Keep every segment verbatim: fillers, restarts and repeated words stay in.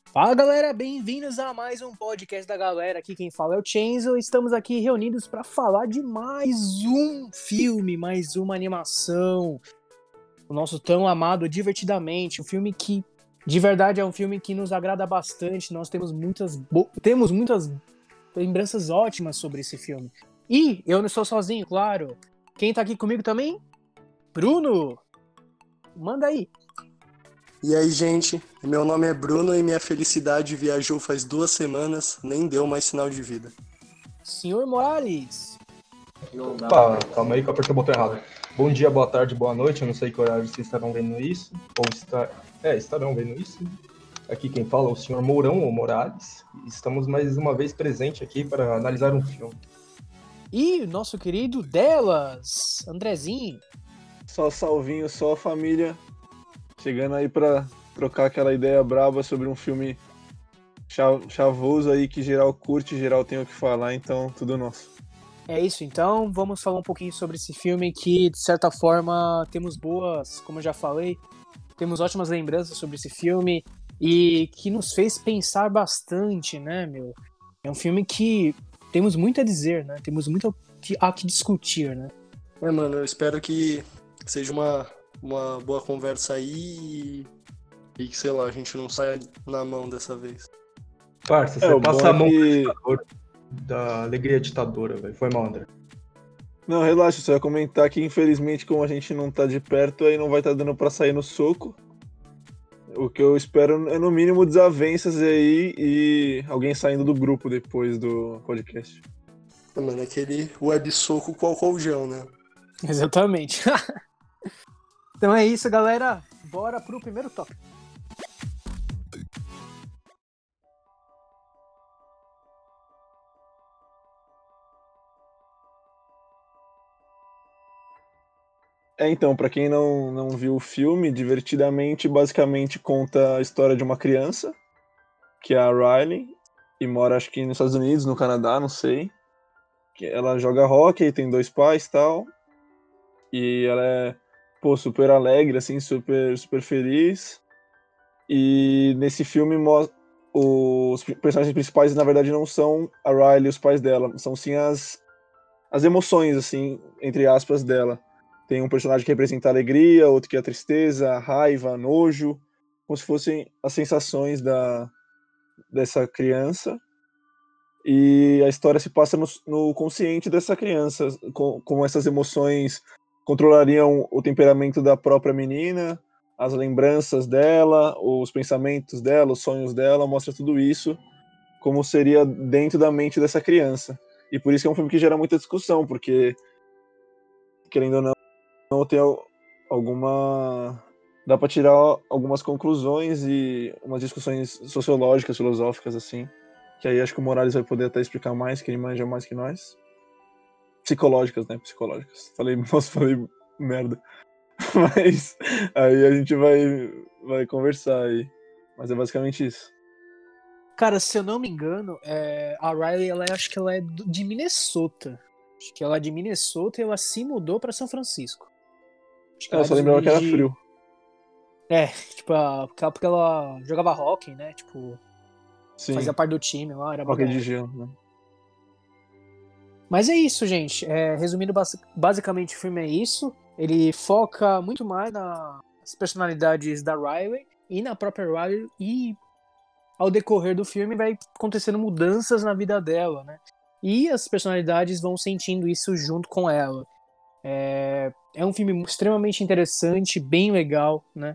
Fala galera, bem-vindos a mais um podcast da galera. Aqui quem fala é o Chenzo. Estamos aqui reunidos para falar de mais um filme, mais uma animação. O nosso tão amado Divertidamente, um filme que de verdade é um filme que nos agrada bastante. Nós temos muitas, bo- temos muitas lembranças ótimas sobre esse filme. E eu não estou sozinho, claro. Quem tá aqui comigo também? Bruno! Manda aí. E aí, gente, meu nome é Bruno e minha felicidade viajou faz duas semanas, nem deu mais sinal de vida. Senhor Morales! Opa, calma aí que eu apertei o botão errado. Bom dia, boa tarde, boa noite, eu não sei que horário vocês estarão vendo isso, ou está... é, estarão vendo isso. Aqui quem fala é o senhor Mourão ou Morales, e estamos mais uma vez presente aqui para analisar um filme. E o nosso querido Delas, Andrezinho. Só salvinho, só a família. Chegando aí pra trocar aquela ideia braba sobre um filme cha- chavoso aí que geral curte, geral tem o que falar, então tudo nosso. É isso, então vamos falar um pouquinho sobre esse filme que, de certa forma, temos boas, como eu já falei, temos ótimas lembranças sobre esse filme e que nos fez pensar bastante, né, meu? É um filme que temos muito a dizer, né? Temos muito a que, a que discutir, né? É, mano, eu espero que seja uma, uma boa conversa aí e, e que, sei lá, a gente não saia na mão dessa vez. Parça, você É, o passa bom é a mão que- do ditador, da alegria ditadora, velho. Foi mal, André. Não, relaxa, só ia comentar que infelizmente como a gente não tá de perto, aí não vai estar dando pra sair no soco. O que eu espero é no mínimo desavenças aí e alguém saindo do grupo depois do podcast. É, mano, aquele web soco com álcool né? Exatamente. Então é isso, galera. Bora pro primeiro tópico. É, então, pra quem não, não viu o filme, Divertidamente basicamente conta a história de uma criança, que é a Riley, e mora acho que nos Estados Unidos, no Canadá, não sei. Que ela joga hóquei, tem dois pais e tal, e ela é, pô, super alegre, assim, super, super feliz. E nesse filme mo- os personagens principais, na verdade, não são a Riley e os pais dela, são sim as, as emoções, assim, entre aspas, dela. Tem um personagem que representa a alegria, outro que é a tristeza, a raiva, nojo, como se fossem as sensações da, dessa criança. E a história se passa no, no consciente dessa criança, com, como essas emoções controlariam o temperamento da própria menina, as lembranças dela, os pensamentos dela, os sonhos dela, mostra tudo isso como seria dentro da mente dessa criança. E por isso que é um filme que gera muita discussão, porque, querendo ou não, não tem alguma... dá para tirar algumas conclusões e umas discussões sociológicas, filosóficas, assim, que aí acho que o Morales vai poder até explicar mais, que ele manja mais que nós. Psicológicas, né? Psicológicas. Falei, nossa, falei merda. Mas aí a gente vai, vai conversar aí. Mas é basicamente isso. Cara, se eu não me engano, é, a Riley, ela é- acho que ela é do- de Minnesota. Acho que ela é de Minnesota e ela se mudou pra São Francisco. Acho que É, ela eu é só dos lembrava que era de- frio. É, tipo, a- porque ela- porque ela jogava hockey, né? Tipo, Sim, fazia parte do time lá, era mó da qualquer de hora. gelo, né? Mas é isso, gente. É, resumindo, bas- basicamente o filme é isso. Ele foca muito mais nas personalidades da Riley e na própria Riley. E ao decorrer do filme vai acontecendo mudanças na vida dela, né? E as personalidades vão sentindo isso junto com ela. É, é um filme extremamente interessante, bem legal, né?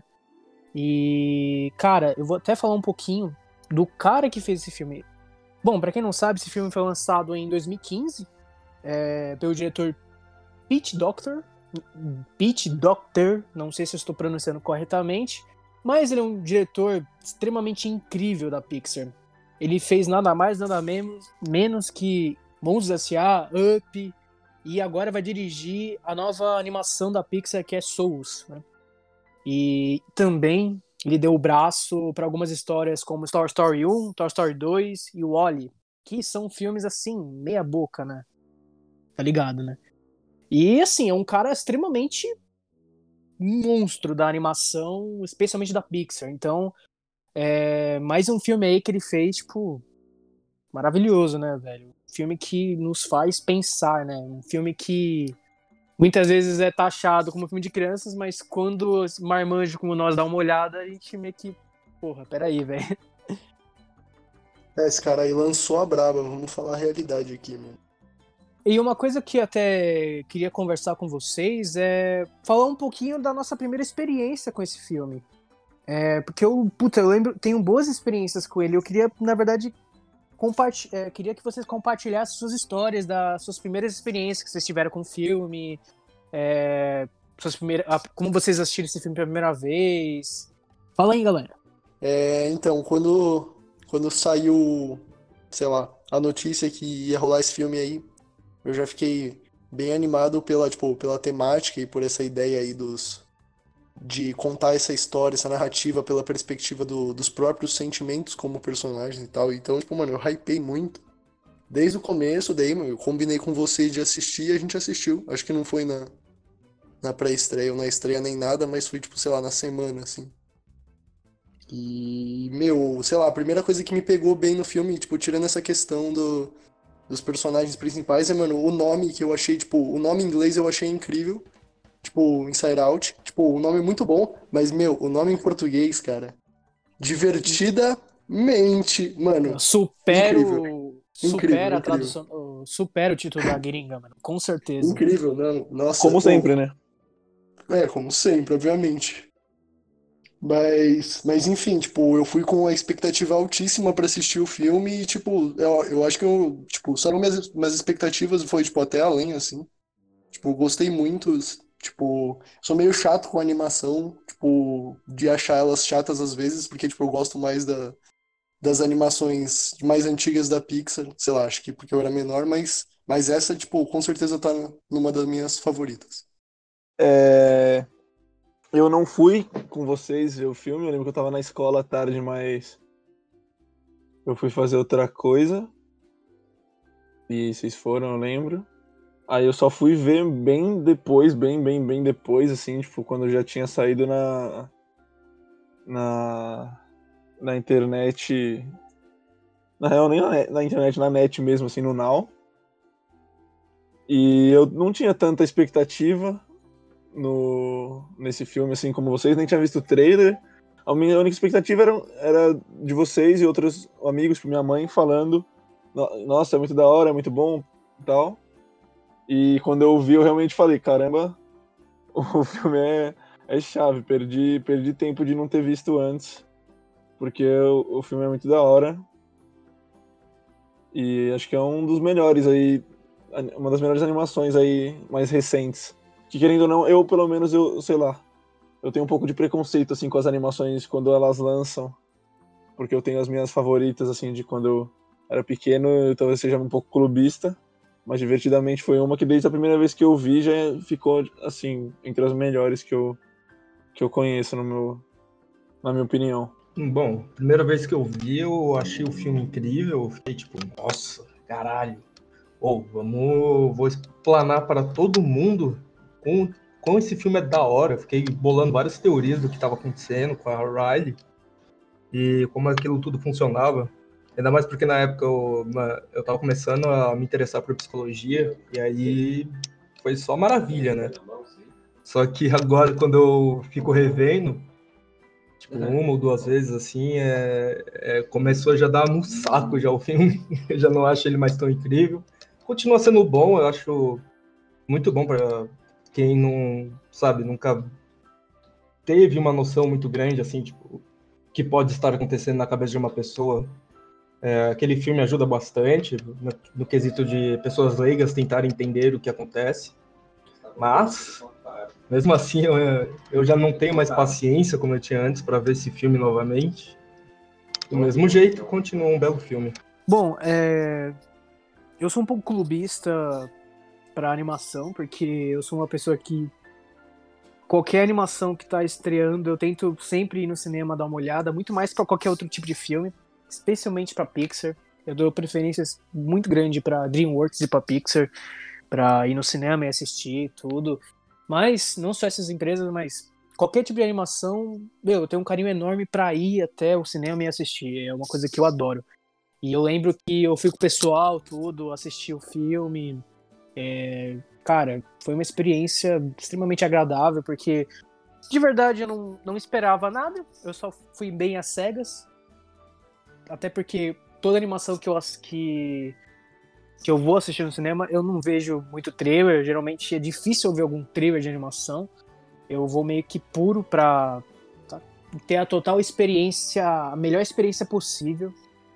E, cara, eu vou até falar um pouquinho do cara que fez esse filme. Bom, pra quem não sabe, esse filme foi lançado em dois mil e quinze é, pelo diretor Pete Docter. Pete Docter, não sei se eu estou pronunciando corretamente, mas ele é um diretor extremamente incrível da Pixar. Ele fez nada mais, nada menos, menos que Monstros S A, Up, e agora vai dirigir a nova animação da Pixar, que é Souls, né? E também ele deu o braço para algumas histórias como Toy Story um, Toy Story dois e o Wall-E, que são filmes assim, meia boca, né? Tá ligado, né? E assim, é um cara extremamente monstro da animação, especialmente da Pixar. Então, É mais um filme aí que ele fez, tipo, maravilhoso, né, velho? Um filme que nos faz pensar, né? Um filme que muitas vezes é taxado como filme de crianças, mas quando os marmanjos como nós dá uma olhada, a gente meio que, porra, peraí, velho. É, esse cara aí lançou a braba, vamos falar a realidade aqui, mano. E uma coisa que até queria conversar com vocês é falar um pouquinho da nossa primeira experiência com esse filme. É, porque eu, puta, eu lembro, tenho boas experiências com ele. Eu queria, na verdade, compartilhar, é, queria que vocês compartilhassem suas histórias das suas primeiras experiências que vocês tiveram com o filme, é, suas primeiras, a- como vocês assistiram esse filme pela primeira vez. Fala aí, galera. É, então, quando, quando saiu, sei lá, a notícia que ia rolar esse filme aí, eu já fiquei bem animado pela, tipo, pela temática e por essa ideia aí dos, de contar essa história, essa narrativa pela perspectiva do- dos próprios sentimentos como personagens e tal. Então, tipo, mano, eu hypei muito. Desde o começo, daí, mano, eu combinei com você de assistir e a gente assistiu. Acho que não foi na, na pré-estreia ou na estreia nem nada, mas foi, tipo, sei lá, na semana, assim. E, meu, sei lá, a primeira coisa que me pegou bem no filme, tipo, tirando essa questão do, dos personagens principais, é, mano, o nome que eu achei, tipo, o nome em inglês eu achei incrível, tipo, Inside Out. Tipo, o nome é muito bom, mas, meu, o nome em português, cara, divertidamente, mano, incrível, Supero, incrível, supera a incrível, tradução, o- supera o título da gringa, mano, com certeza. incrível, não, nossa, Como pô, sempre, né? é, como sempre, obviamente. Mas, mas enfim, tipo, eu fui com a expectativa altíssima pra assistir o filme e, tipo, eu, eu acho que eu, tipo, só minhas, minhas expectativas foi, tipo, até além, assim. Tipo, eu gostei muito, tipo, sou meio chato com a animação, tipo, de achar elas chatas às vezes, porque, tipo, eu gosto mais da, das animações mais antigas da Pixar, sei lá, acho que porque eu era menor, mas, mas essa, tipo, com certeza tá numa das minhas favoritas. É, eu não fui com vocês ver o filme, eu lembro que eu tava na escola à tarde, mas eu fui fazer outra coisa. E vocês foram, eu lembro. Aí eu só fui ver bem depois, bem, bem, bem depois, assim, tipo, quando eu já tinha saído na. na. na internet. Na real, nem na, net- na internet, na net mesmo, assim, no Now. E eu não tinha tanta expectativa no, nesse filme, assim, como vocês, nem tinha visto o trailer. A minha única expectativa era, era de vocês e outros amigos, tipo, minha mãe, falando: "No- Nossa, é muito da hora, é muito bom e tal." E quando eu vi, eu realmente falei: caramba, o filme é, é chave. Perdi, perdi tempo de não ter visto antes, porque o, o filme é muito da hora. E acho que é um dos melhores aí, uma das melhores animações aí mais recentes. Que querendo ou não, eu pelo menos, eu sei lá, eu tenho um pouco de preconceito assim com as animações quando elas lançam, porque eu tenho as minhas favoritas assim de quando eu era pequeno, eu talvez seja um pouco clubista, mas Divertidamente foi uma que desde a primeira vez que eu vi já ficou assim entre as melhores que eu que eu conheço no meu na minha opinião. Hum, Bom, primeira vez que eu vi, eu achei o filme incrível. Eu fiquei tipo, nossa, caralho. Ou vamos, vou explanar para todo mundo como, como esse filme é da hora. Eu fiquei bolando várias teorias do que estava acontecendo com a Riley e como aquilo tudo funcionava. Ainda mais porque na época eu, na- eu tava começando a me interessar por psicologia e aí foi só maravilha, né? Só que agora, quando eu fico revendo, tipo, uma ou duas vezes, assim, é, é, começou a já dar no saco já o filme. Eu já não acho ele mais tão incrível. Continua sendo bom, eu acho muito bom para quem não, sabe, nunca teve uma noção muito grande, assim, tipo, que pode estar acontecendo na cabeça de uma pessoa. É, aquele filme ajuda bastante no, no quesito de pessoas leigas tentarem entender o que acontece. Mas, mesmo assim, eu, eu já não tenho mais paciência como eu tinha antes para ver esse filme novamente. Do mesmo jeito, continua um belo filme. Bom, é, eu sou um pouco clubista pra animação, porque eu sou uma pessoa que qualquer animação que tá estreando, eu tento sempre ir no cinema dar uma olhada, muito mais pra qualquer outro tipo de filme, especialmente pra Pixar. Eu dou preferências muito grande pra DreamWorks e pra Pixar, pra ir no cinema e assistir tudo. Mas não só essas empresas, mas qualquer tipo de animação, meu, eu tenho um carinho enorme pra ir até o cinema e assistir. É uma coisa que eu adoro. E eu lembro que eu fui com o pessoal, tudo, assisti o filme. É, cara, foi uma experiência extremamente agradável, porque de verdade eu não, não esperava nada. Eu só fui bem às cegas. Até porque toda animação que eu, que, que eu vou assistir no cinema, eu não vejo muito trailer. Geralmente é difícil eu ver algum trailer de animação. Eu vou meio que puro pra tá, ter a total experiência, a melhor experiência possível.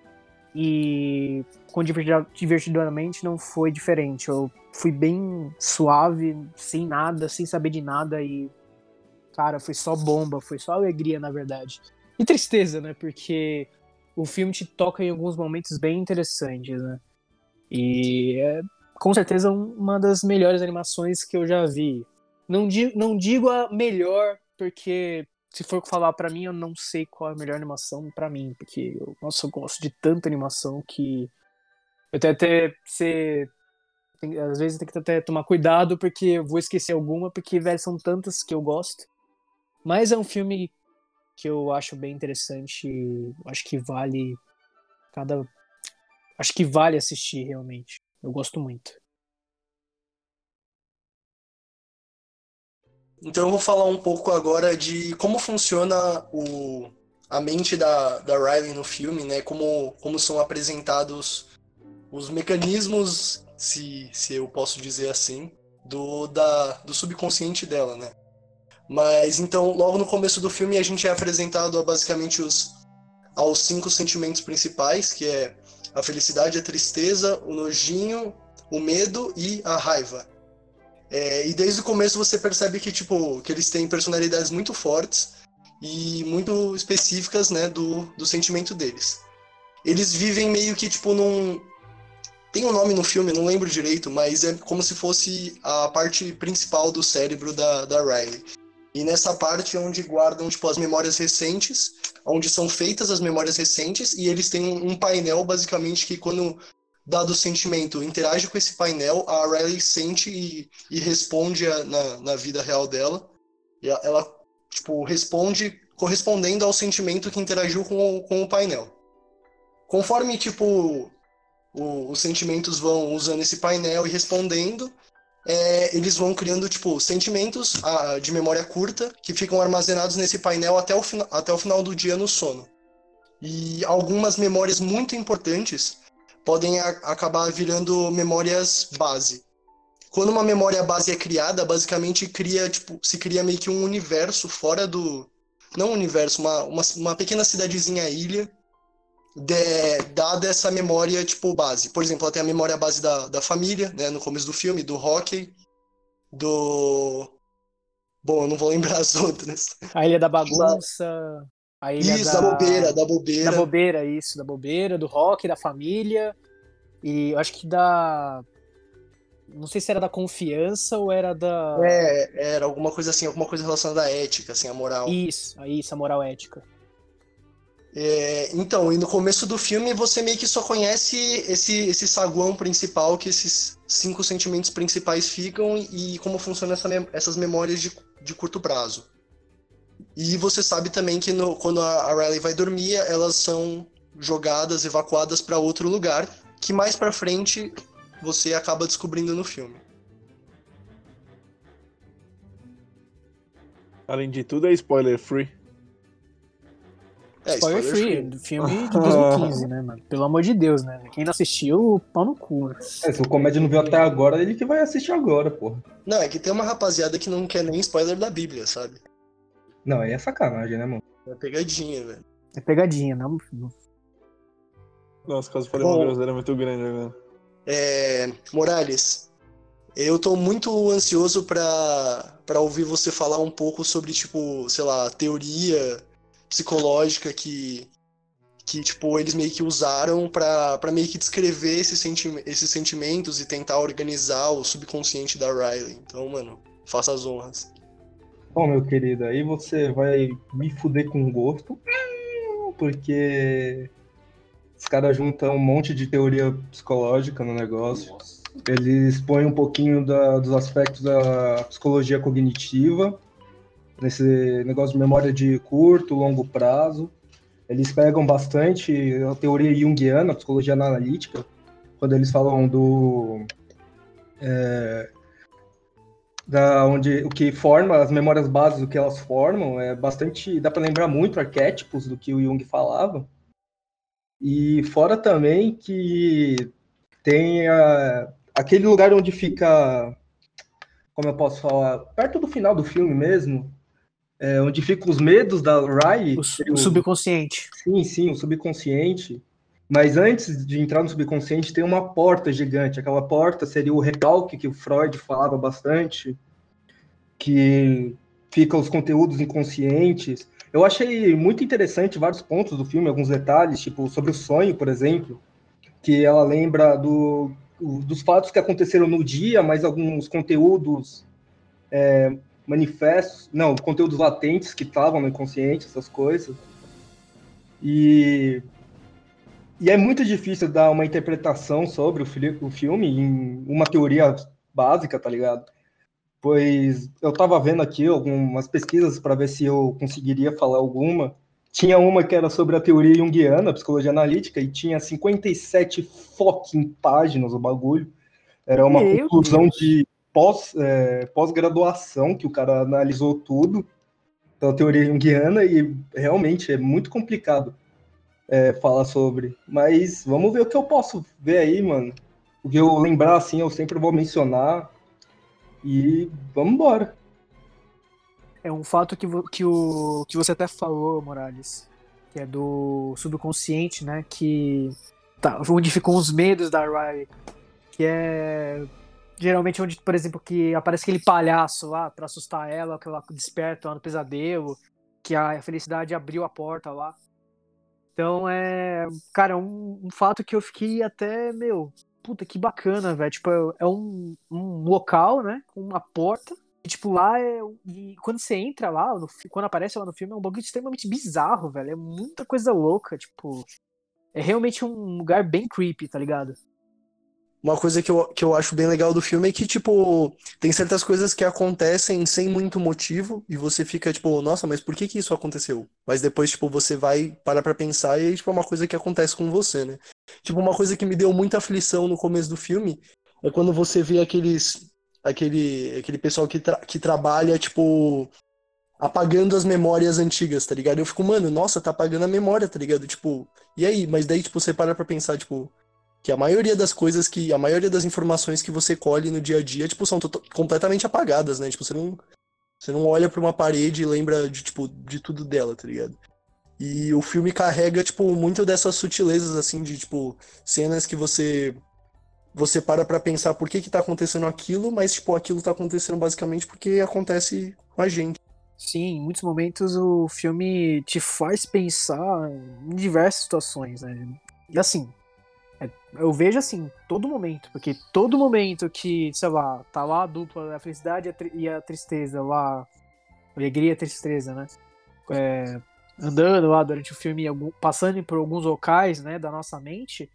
E com Divertidamente não foi diferente. Eu fui bem suave, sem nada, sem saber de nada. E, cara, foi só bomba, foi só alegria, na verdade. E tristeza, né? Porque o filme te toca em alguns momentos bem interessantes, né? E é com certeza uma das melhores animações que eu já vi. Não digo, não digo a melhor, porque se for falar pra mim, eu não sei qual é a melhor animação pra mim, porque eu, nossa, eu gosto de tanta animação que eu tenho até ser, tem, às vezes eu tenho que até tomar cuidado, porque eu vou esquecer alguma, porque, velho, são tantas que eu gosto. Mas é um filme que eu acho bem interessante, acho que vale cada, acho que vale assistir realmente. Eu gosto muito. Então eu vou falar um pouco agora de como funciona o, a mente da, da Riley no filme, né? Como, como são apresentados os mecanismos, se, se eu posso dizer assim, do, da, do subconsciente dela, né? Mas então, logo no começo do filme, a gente é apresentado a, basicamente os, aos cinco sentimentos principais, que é a felicidade, a tristeza, o nojinho, o medo e a raiva. É, e desde o começo você percebe que, tipo, que eles têm personalidades muito fortes e muito específicas, né, do, do sentimento deles. Eles vivem meio que, tipo, num... Tem um nome no filme, não lembro direito, mas é como se fosse a parte principal do cérebro da, da Riley. E nessa parte é onde guardam, tipo, as memórias recentes, onde são feitas as memórias recentes, e eles têm um painel, basicamente, que quando dado sentimento interage com esse painel, a Riley sente e, e responde a, na, na vida real dela. E ela, ela, tipo, responde correspondendo ao sentimento que interagiu com o, com o painel. Conforme, tipo, o, os sentimentos vão usando esse painel e respondendo, é, eles vão criando, tipo, sentimentos a, de memória curta que ficam armazenados nesse painel até o, até o final do dia no sono. E algumas memórias muito importantes podem a, acabar virando memórias base. Quando uma memória base é criada, basicamente cria, tipo, se cria meio que um universo fora do... Não um universo, uma, uma, uma pequena cidadezinha ilha, de, dada essa memória, tipo, base. Por exemplo, ela tem a memória base da, da família, né, no começo do filme, do hockey, do... Bom, eu não vou lembrar as outras. A Ilha da Bagunça... A ilha isso, da... da bobeira, da bobeira. Da bobeira, isso, da bobeira, do rock, da família. E eu acho que da... Não sei se era da confiança ou era da... É, era alguma coisa assim, alguma coisa relacionada à ética, assim, à moral. Isso, isso, a moral ética. É, então, e no começo do filme você meio que só conhece esse, esse saguão principal que esses cinco sentimentos principais ficam e como funcionam essa, essas memórias de, de curto prazo. E você sabe também que no, quando a, a Riley vai dormir, elas são jogadas, evacuadas para outro lugar, que mais pra frente você acaba descobrindo no filme. Além de tudo, é spoiler free. É, spoiler, spoiler free, free, do filme de dois mil e quinze, né, mano? Pelo amor de Deus, né? Quem não assistiu, pau no cu. Né? É, se o comédia não viu até agora, ele que vai assistir agora, porra. Não, é que tem uma rapaziada que não quer nem spoiler da Bíblia, sabe? Não, aí é sacanagem, né, mano? É pegadinha, velho. É pegadinha, não? Nossa, caso falei uma groselha muito grande agora. É... Morales, eu tô muito ansioso pra, pra ouvir você falar um pouco sobre, tipo, sei lá, teoria psicológica que, que tipo, eles meio que usaram pra, pra meio que descrever esses, senti- esses sentimentos e tentar organizar o subconsciente da Riley. Então, mano, faça as honras. Bom, meu querido, aí você vai me fuder com gosto, porque os caras juntam um monte de teoria psicológica no negócio. Eles põem um pouquinho da, dos aspectos da psicologia cognitiva, nesse negócio de memória de curto, longo prazo. Eles pegam bastante a teoria junguiana, a psicologia analítica, quando eles falam do... É, da onde, o que forma, as memórias bases, o que elas formam, é bastante... Dá para lembrar muito arquétipos do que o Jung falava. E fora também que tem a, aquele lugar onde fica... Como eu posso falar? Perto do final do filme mesmo, é, onde ficam os medos da Riley. O, su- o subconsciente. Sim, sim, o subconsciente. Mas antes de entrar no subconsciente, tem uma porta gigante. Aquela porta seria o recalque que o Freud falava bastante, que fica os conteúdos inconscientes. Eu achei muito interessante vários pontos do filme, alguns detalhes, tipo sobre o sonho, por exemplo, que ela lembra do, dos fatos que aconteceram no dia, mas alguns conteúdos é, manifestos, não, conteúdos latentes que estavam no inconsciente, essas coisas. E, e é muito difícil dar uma interpretação sobre o, fi- o filme em uma teoria básica, tá ligado? Pois eu tava vendo aqui algumas pesquisas para ver se eu conseguiria falar alguma. Tinha uma que era sobre a teoria junguiana, a psicologia analítica, e tinha cinquenta e sete fucking páginas o bagulho. Era uma Meu conclusão Deus. de pós, é, pós-graduação, que o cara analisou tudo pela teoria junguiana, e realmente é muito complicado é, falar sobre. Mas vamos ver o que eu posso ver aí, mano. O que eu lembrar, assim, eu sempre vou mencionar. E vamos embora. É um fato que, vo- que, o, que você até falou, Morales, que é do subconsciente, né? Que tá, onde ficam os medos da Riley, que é geralmente onde, por exemplo, que aparece aquele palhaço lá pra assustar ela, que ela desperta lá no pesadelo, que a felicidade abriu a porta lá. Então é, cara, um, um fato que eu fiquei até, meu, puta que bacana, velho. Tipo, é é um, um local, né, com uma porta. E, tipo, lá é. E quando você entra lá, no fi- quando aparece lá no filme, é um bagulho extremamente bizarro, velho. É muita coisa louca, tipo. É realmente um lugar bem creepy, tá ligado? Uma coisa que eu, que eu acho bem legal do filme é que, tipo, tem certas coisas que acontecem sem muito motivo e você fica, tipo, nossa, mas por que que isso aconteceu? Mas depois, tipo, você vai parar pra pensar e, tipo, é uma coisa que acontece com você, né? Tipo, uma coisa que me deu muita aflição no começo do filme é quando você vê aqueles, aquele, aquele pessoal que, tra que trabalha, tipo, apagando as memórias antigas, tá ligado? Eu fico, mano, nossa, tá apagando a memória, tá ligado? Tipo, e aí? Mas daí, tipo, você para pra pensar, tipo, que a maioria das coisas que, a maioria das informações que você colhe no dia a dia, tipo, são to- completamente apagadas, né? Tipo, você não, você não olha pra uma parede e lembra de, tipo, de tudo dela, tá ligado? E o filme carrega, tipo, muito dessas sutilezas, assim, de, tipo, cenas que você, você para pra pensar por que que tá acontecendo aquilo, mas, tipo, aquilo tá acontecendo basicamente porque acontece com a gente. Sim, em muitos momentos o filme te faz pensar em diversas situações, né? E assim, é- eu vejo assim, todo momento, porque todo momento que, sei lá, tá lá a dupla, a felicidade e a, tri- e a tristeza lá, a alegria e a tristeza, né? É, andando lá durante o filme, algum- passando por alguns locais, né, da nossa mente,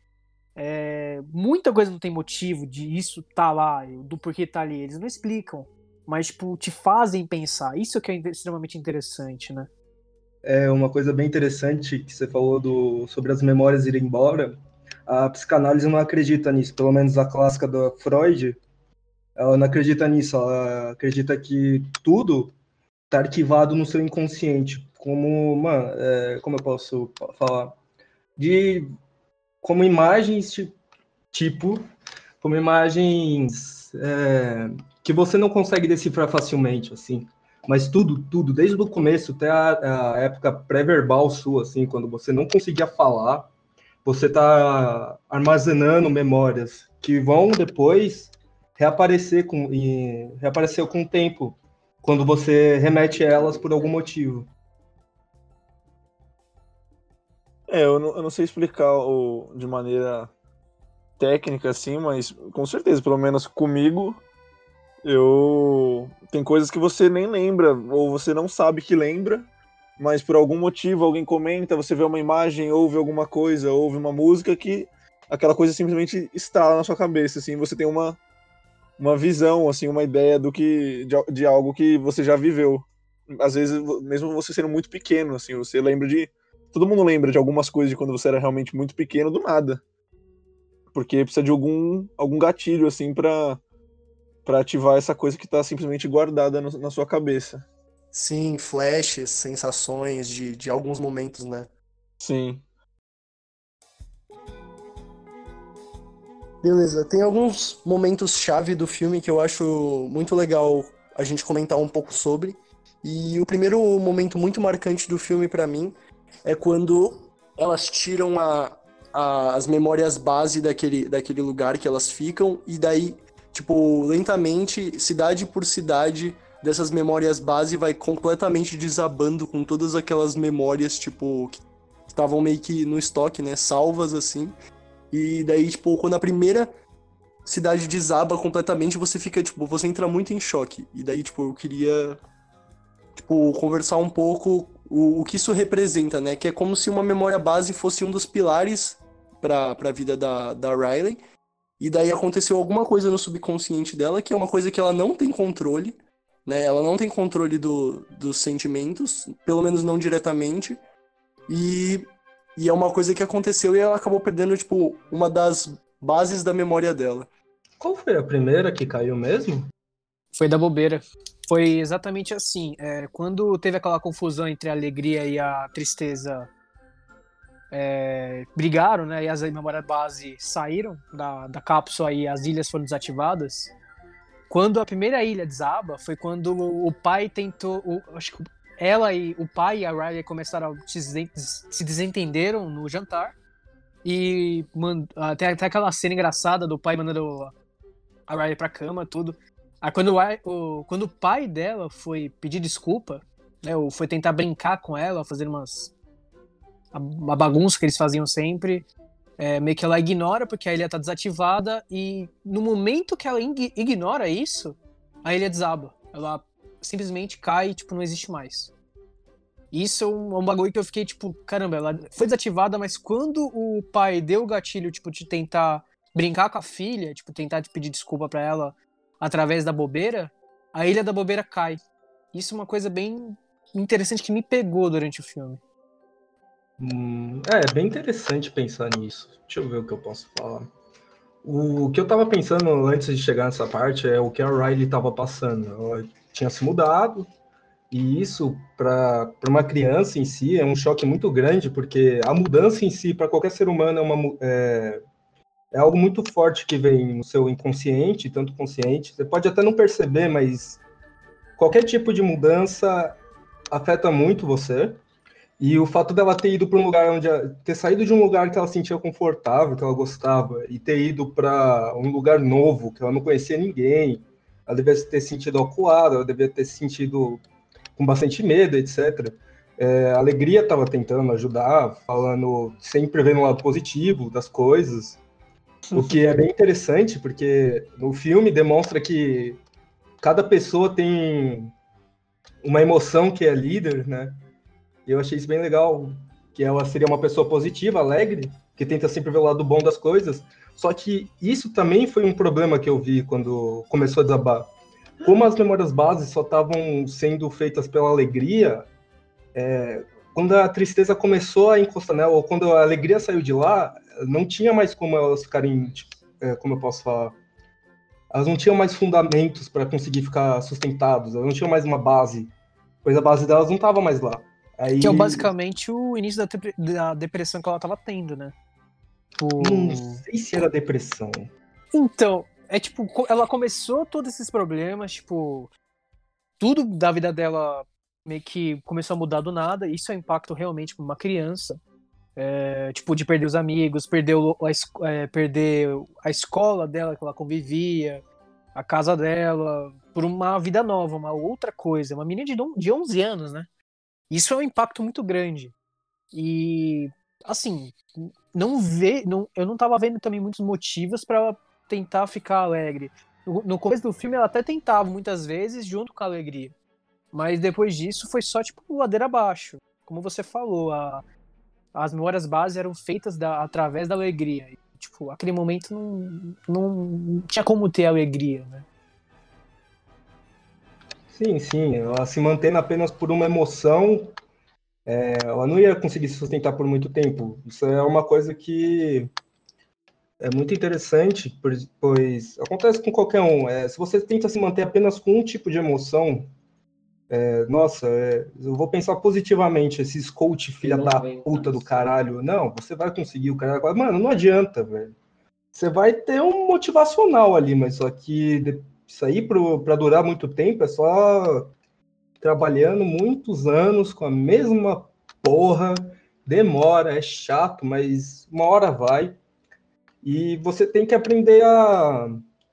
é, muita coisa não tem motivo de isso tá lá, do porquê tá ali, eles não explicam, mas, tipo, te fazem pensar, isso que é extremamente interessante, né? É uma coisa bem interessante que você falou do, sobre as memórias irem embora. A psicanálise não acredita nisso, pelo menos a clássica da Freud, ela não acredita nisso, ela acredita que tudo tá arquivado no seu inconsciente, como, mano, é, como eu posso falar? De, como imagens, ti- tipo, como imagens é, que você não consegue decifrar facilmente, assim. Mas tudo, tudo, desde o começo até a, a época pré-verbal sua, assim, quando você não conseguia falar, você está armazenando memórias que vão depois reaparecer com, e, reaparecer com o tempo, quando você remete elas por algum motivo. É, eu não, eu não sei explicar o, de maneira técnica, assim, mas com certeza, pelo menos comigo, eu. Tem coisas que você nem lembra, ou você não sabe que lembra, mas por algum motivo alguém comenta, você vê uma imagem, ouve alguma coisa, ouve uma música que aquela coisa simplesmente está na sua cabeça, assim, você tem uma, uma visão, assim, uma ideia do que de, de algo que você já viveu. às vezes, mesmo você sendo muito pequeno, assim, você lembra de... Todo mundo lembra de algumas coisas de quando você era realmente muito pequeno, do nada. Porque precisa de algum, algum gatilho, assim, pra, pra ativar essa coisa que tá simplesmente guardada no, na sua cabeça. Sim, flashes, sensações de, de alguns momentos, né? Sim. Beleza, tem alguns momentos-chave do filme que eu acho muito legal a gente comentar um pouco sobre. E o primeiro momento muito marcante do filme pra mim é quando elas tiram a, a- as memórias base daquele, daquele lugar que elas ficam, e daí, tipo, lentamente, cidade por cidade, dessas memórias base vai completamente desabando com todas aquelas memórias, tipo, que estavam meio que no estoque, né? Salvas assim. E daí, tipo, quando a primeira cidade desaba completamente, você fica, tipo, você entra muito em choque. E daí, tipo, eu queria, tipo, conversar um pouco o, o que isso representa, né? Que é como se uma memória base fosse um dos pilares pra, pra vida da, da Riley. E daí aconteceu alguma coisa no subconsciente dela, que é uma coisa que ela não tem controle, né? Ela não tem controle do, dos sentimentos, pelo menos não diretamente. E, e é uma coisa que aconteceu e ela acabou perdendo, tipo, uma das bases da memória dela. Qual foi a primeira que caiu mesmo? Foi da bobeira. Foi exatamente assim. É, quando teve aquela confusão entre a alegria e a tristeza, é, brigaram, né? E as memórias base saíram da, da cápsula e as ilhas foram desativadas. Quando a primeira ilha desaba, foi quando o, o pai tentou. O, acho que ela e o pai e a Riley começaram a se, se desentenderam no jantar. E mand... até, até aquela cena engraçada do pai mandando a Riley pra cama, tudo. Aí quando o, o, quando o pai dela foi pedir desculpa, né, ou foi tentar brincar com ela, fazer umas uma bagunça que eles faziam sempre, é, meio que ela ignora porque a ilha tá desativada e no momento que ela ignora isso, a ilha desaba. Ela simplesmente cai e tipo, não existe mais. Isso é um, é um bagulho que eu fiquei tipo, caramba, ela foi desativada, mas quando o pai deu o gatilho, tipo, de tentar brincar com a filha, tipo, tentar pedir desculpa pra ela através da bobeira, a ilha da bobeira cai. Isso é uma coisa bem interessante que me pegou durante o filme. Hum, é, bem interessante pensar nisso. Deixa eu ver o que eu posso falar. O que eu tava pensando antes de chegar nessa parte é o que a Riley tava passando. Ela tinha se mudado, e isso, para uma criança em si, é um choque muito grande, porque a mudança em si, para qualquer ser humano, é, uma, é, é algo muito forte que vem no seu inconsciente, tanto consciente. Você pode até não perceber, mas qualquer tipo de mudança afeta muito você. E o fato dela ter ido para um lugar onde ter saído de um lugar que ela sentia confortável, que ela gostava, e ter ido para um lugar novo, que ela não conhecia ninguém, ela devia ter sentido acuada, ela devia ter se sentido com bastante medo, etcétera. É, a Alegria estava tentando ajudar, falando, sempre vendo o lado positivo das coisas, o que é bem interessante, porque no filme demonstra que cada pessoa tem uma emoção que é líder, né? E eu achei isso bem legal, que ela seria uma pessoa positiva, alegre, que tenta sempre ver o lado bom das coisas. Só que isso também foi um problema que eu vi quando começou a desabar. Como as memórias bases só estavam sendo feitas pela alegria, é, quando a tristeza começou a encostar nela, ou quando a alegria saiu de lá, não tinha mais como elas ficarem, tipo, é, como eu posso falar, elas não tinham mais fundamentos para conseguir ficar sustentados, elas não tinham mais uma base, pois a base delas não estava mais lá. Aí, que é basicamente o início da, da depressão que ela tava tendo, né? O... Não sei se era depressão. Então, é tipo, ela começou todos esses problemas, tipo, tudo da vida dela meio que começou a mudar do nada. Isso é um impacto realmente para uma criança. É, tipo, de perder os amigos, perder, o, a, é, perder a escola dela que ela convivia, a casa dela, por uma vida nova, uma outra coisa. Uma menina de, de onze anos, né? Isso é um impacto muito grande. E, assim, não vê, não, eu não tava vendo também muitos motivos para ela tentar ficar alegre. No, no começo do filme ela até tentava muitas vezes junto com a alegria. Mas depois disso foi só, tipo, ladeira abaixo. Como você falou, a, as memórias base eram feitas da, através da alegria. E, tipo, aquele momento não, não, não tinha como ter alegria, né? Sim, sim, ela se mantendo apenas por uma emoção, é, ela não ia conseguir se sustentar por muito tempo. Isso é uma coisa que é muito interessante, pois, pois acontece com qualquer um. É, se você tenta se manter apenas com um tipo de emoção, é, nossa, é, eu vou pensar positivamente, esses coach filha da puta do caralho. Não, você vai conseguir o cara. Mano, não adianta, velho. Você vai ter um motivacional ali, mas só que de- isso aí para durar muito tempo é só trabalhando muitos anos com a mesma porra, demora, é chato, mas uma hora vai. E você tem que aprender a,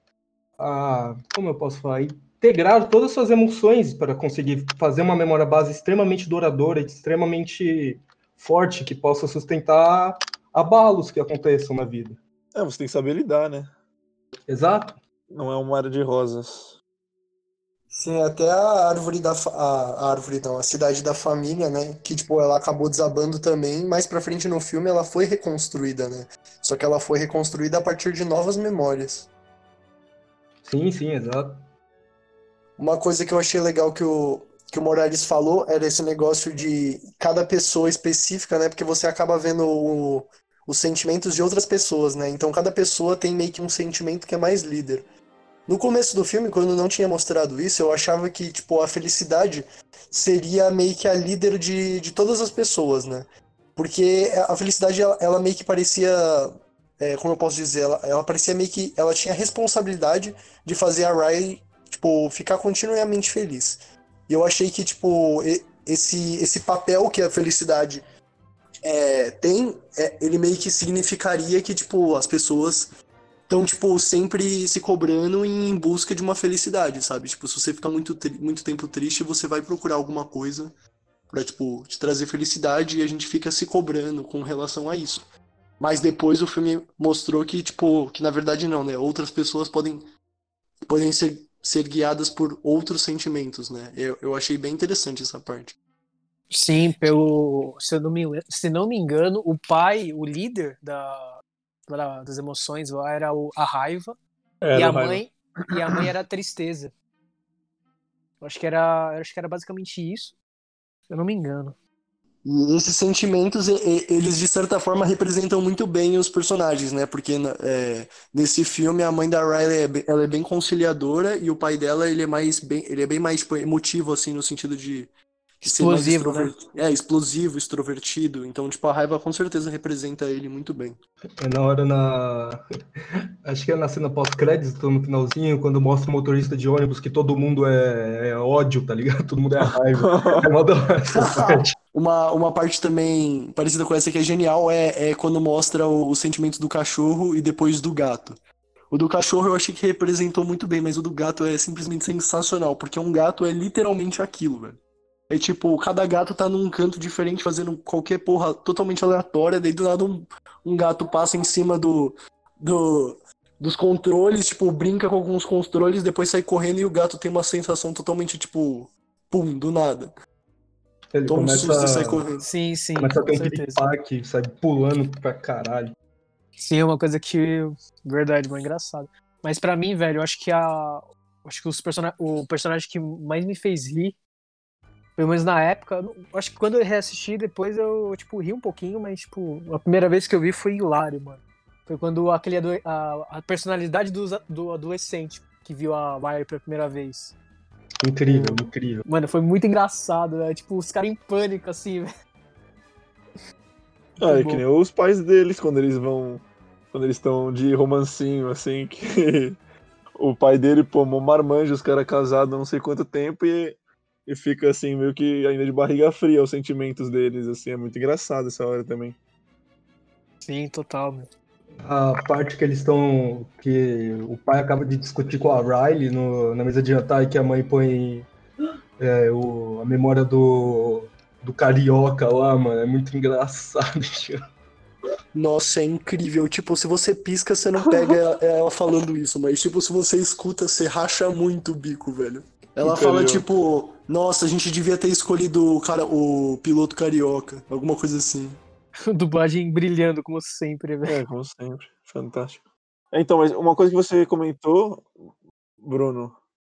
a como eu posso falar, integrar todas as suas emoções para conseguir fazer uma memória base extremamente duradoura, extremamente forte, que possa sustentar abalos que aconteçam na vida. É, você tem que saber lidar, né? Exato. Não é um mar de rosas. Sim, até a árvore da fa- a, a árvore não, a cidade da família, né? Que tipo, ela acabou desabando também. Mais pra frente no filme ela foi reconstruída, né? Só que ela foi reconstruída a partir de novas memórias. Sim, sim, exato. Uma coisa que eu achei legal que o, que o Morales falou era esse negócio de cada pessoa específica, né? Porque você acaba vendo o- os sentimentos de outras pessoas, né? Então cada pessoa tem meio que um sentimento que é mais líder. No começo do filme, quando não tinha mostrado isso, eu achava que, tipo, a felicidade seria meio que a líder de, de todas as pessoas, né? Porque a felicidade, ela, ela meio que parecia, é, como eu posso dizer, ela, ela parecia meio que, ela tinha a responsabilidade de fazer a Riley, tipo, ficar continuamente feliz. E eu achei que, tipo, e- esse, esse papel que a felicidade é, tem, é, ele meio que significaria que, tipo, as pessoas estão, tipo, sempre se cobrando em busca de uma felicidade, sabe? Tipo, se você ficar muito, tri- muito tempo triste, você vai procurar alguma coisa pra, tipo, te trazer felicidade e a gente fica se cobrando com relação a isso. Mas depois o filme mostrou que, tipo, que na verdade não, né? Outras pessoas podem, podem ser, ser guiadas por outros sentimentos, né? Eu, eu achei bem interessante essa parte. Sim, pelo. Se, eu não me, se não me engano, o pai, o líder da, da- das emoções lá era o- a raiva e Era a o Raiva. mãe e a mãe era a tristeza. Eu acho que era, eu acho que era basicamente isso, se eu não me engano. E esses sentimentos, e- e- eles de certa forma representam muito bem os personagens, né? Porque na- é, nesse filme a mãe da Riley é bem, ela é bem conciliadora e o pai dela ele é mais bem, ele é bem mais tipo, emotivo assim no sentido de, de ser mais Explosivo, né? extrovertido, é explosivo, extrovertido. Então, tipo, a raiva com certeza representa ele muito bem. É na hora na. Acho que é na cena pós-crédito, no finalzinho, quando mostra o motorista de ônibus que todo mundo é, é ódio, tá ligado? Todo mundo é raiva. É mó da hora essa parte. Uma, uma parte também parecida com essa que é genial é, é quando mostra o- os sentimentos do cachorro e depois do gato. O do cachorro eu achei que representou muito bem, mas o do gato é simplesmente sensacional, porque um gato é literalmente aquilo, velho. É tipo, cada gato tá num canto diferente, fazendo qualquer porra totalmente aleatória, daí do nada um, um gato passa em cima do, do, dos controles, tipo, brinca com alguns controles, depois sai correndo e o gato tem uma sensação totalmente, tipo, pum, do nada. Ele Toma um susto e sai começa, correndo. Sim, sim, começa a ter com um certeza. piripaque, sai pulando pra caralho. Sim, é uma coisa que. Verdade, mano, engraçado. Mas pra mim, velho, eu acho que a. Acho que os person... o personagem que mais me fez rir, pelo menos na época, eu não- acho que quando eu reassisti depois eu, tipo, ri um pouquinho, mas, tipo, a primeira vez que eu vi foi hilário, mano. Foi quando aquele ado... a... a personalidade do... do adolescente que viu a Wire pela primeira vez. Incrível, O- incrível. Mano, foi muito engraçado, né? Tipo, os caras em pânico, assim, velho. Ah, Muito é que bom. nem os pais deles quando eles vão. Quando eles estão de romancinho, assim, que o pai dele, pô, mó marmanjo, os caras casados há não sei quanto tempo e, e fica assim, meio que ainda de barriga fria os sentimentos deles, assim, é muito engraçado essa hora também. Sim, total, meu. A parte que eles estão. Que o pai acaba de discutir com a Riley no, na mesa de jantar e que a mãe põe é, o, a memória do, do carioca lá, mano. É muito engraçado. tio. Nossa, é incrível. Tipo, se você pisca, você não pega ela, ela falando isso, mas, tipo, se você escuta, você racha muito o bico, velho. O Ela fala, carioca. tipo, nossa, a gente devia ter escolhido o cara, o piloto carioca, alguma coisa assim. Dublagem brilhando, como sempre, velho. É, como sempre. Fantástico. É, então, mas uma coisa que você comentou, Bruno,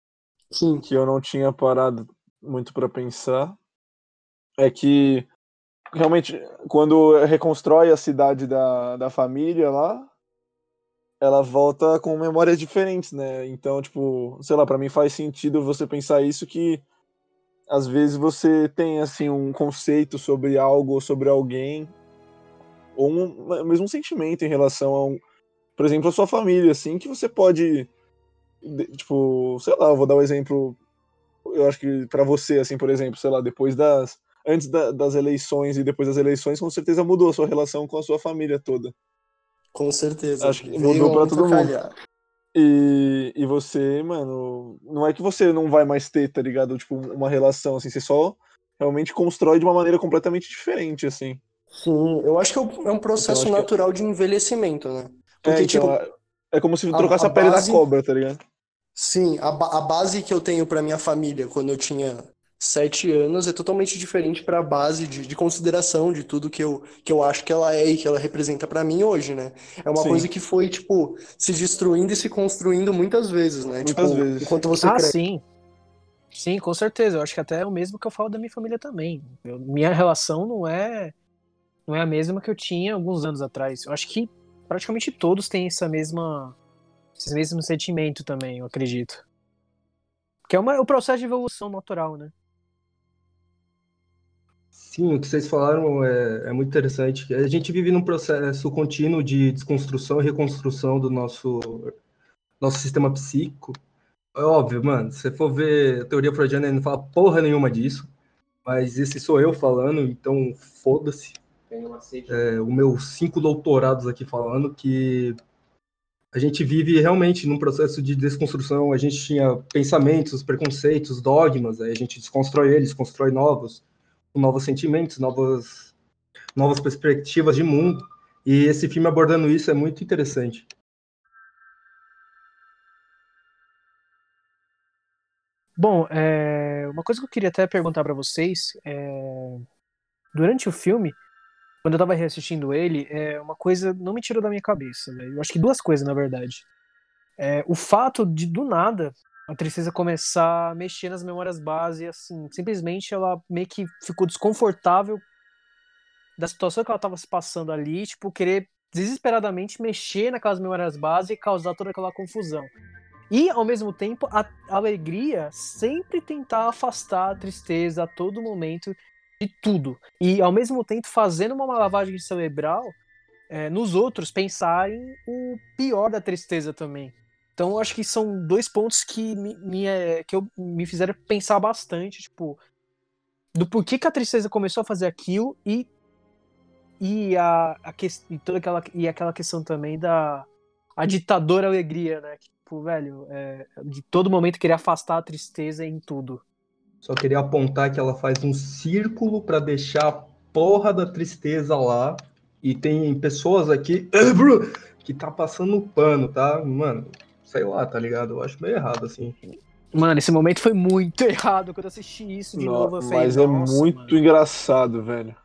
Sim. que eu não tinha parado muito pra pensar é que realmente quando reconstrói a cidade da, da família lá, ela volta com memórias diferentes, né? Então, tipo, sei lá, pra mim faz sentido você pensar isso que às vezes você tem assim um conceito sobre algo ou sobre alguém ou um, mesmo um sentimento em relação a um, por exemplo, a sua família, assim, que você pode, de- tipo, sei lá, eu vou dar um exemplo, eu acho que pra você, assim, por exemplo, sei lá, depois das, antes da- das eleições e depois das eleições, com certeza mudou a sua relação com a sua família toda. Com certeza. Acho que Veio mudou a pra muito a todo mundo. calhar. E, e você, mano, não é que você não vai mais ter, tá ligado? Tipo, uma relação, assim, você só realmente constrói de uma maneira completamente diferente, assim. Sim, eu acho que é um é um Então, processo acho que é, natural de envelhecimento, né? é, Porque, então, tipo, é, é como se a, trocasse a a pele da base. cobra, tá ligado? Sim, a, ba- a base que eu tenho para minha família quando eu tinha sete anos é totalmente diferente para a base de, de consideração de tudo que eu, que eu acho que ela é e que ela representa para mim hoje, né? É uma coisa Sim, que foi, tipo, se destruindo e se construindo muitas vezes, né? muitas Tipo, vezes. enquanto você Ah, cresce. sim. Sim, com certeza. Eu acho que até é o mesmo que eu falo da minha família também. Eu- minha relação não é, não é a mesma que eu tinha alguns anos atrás. Eu acho que praticamente todos têm essa mesma, esse mesmo sentimento também, eu acredito. Que é uma, é o processo de evolução natural, né? Sim, o que vocês falaram é, é muito interessante. A gente vive num processo contínuo de desconstrução e reconstrução do nosso, nosso sistema psíquico. É óbvio, mano, se você for ver a teoria freudiana, ele não fala porra nenhuma disso, mas esse sou eu falando, então foda-se. É, os meus cinco doutorados aqui falando que a gente vive realmente num processo de desconstrução. A gente tinha pensamentos, preconceitos, dogmas, aí a gente desconstrói eles, constrói novos, com novos sentimentos, novas, novas perspectivas de mundo. E esse filme abordando isso é muito interessante. Bom, é, uma coisa que eu queria até perguntar pra vocês, é, durante o filme, quando eu tava reassistindo ele, é, uma coisa não me tirou da minha cabeça, velho. Eu acho que duas coisas, na verdade. É, o fato de, do nada, a tristeza começar a mexer nas memórias base, e assim, simplesmente ela meio que ficou desconfortável da situação que ela tava se passando ali, tipo, querer desesperadamente mexer naquelas memórias base e causar toda aquela confusão. E, ao mesmo tempo, a alegria sempre tentar afastar a tristeza a todo momento de tudo. E, ao mesmo tempo, fazendo uma lavagem cerebral é, nos outros pensarem o pior da tristeza também. Então, eu acho que são dois pontos que me, me, é, que eu, me fizeram pensar bastante, tipo, do porquê que a tristeza começou a fazer aquilo e, e, a, a que, e toda aquela, e aquela questão também da a ditadora alegria, né? Que, tipo, velho, é, de todo momento querer afastar a tristeza em tudo. Só queria apontar que ela faz um círculo para deixar a porra da tristeza lá. E tem pessoas aqui que tá passando pano, tá? Mano, sei lá, tá ligado? Eu acho meio errado, assim. Mano, esse momento foi muito errado. Quando eu assisti isso de No- novo, eu falei, mas é nossa, muito mano. engraçado, velho.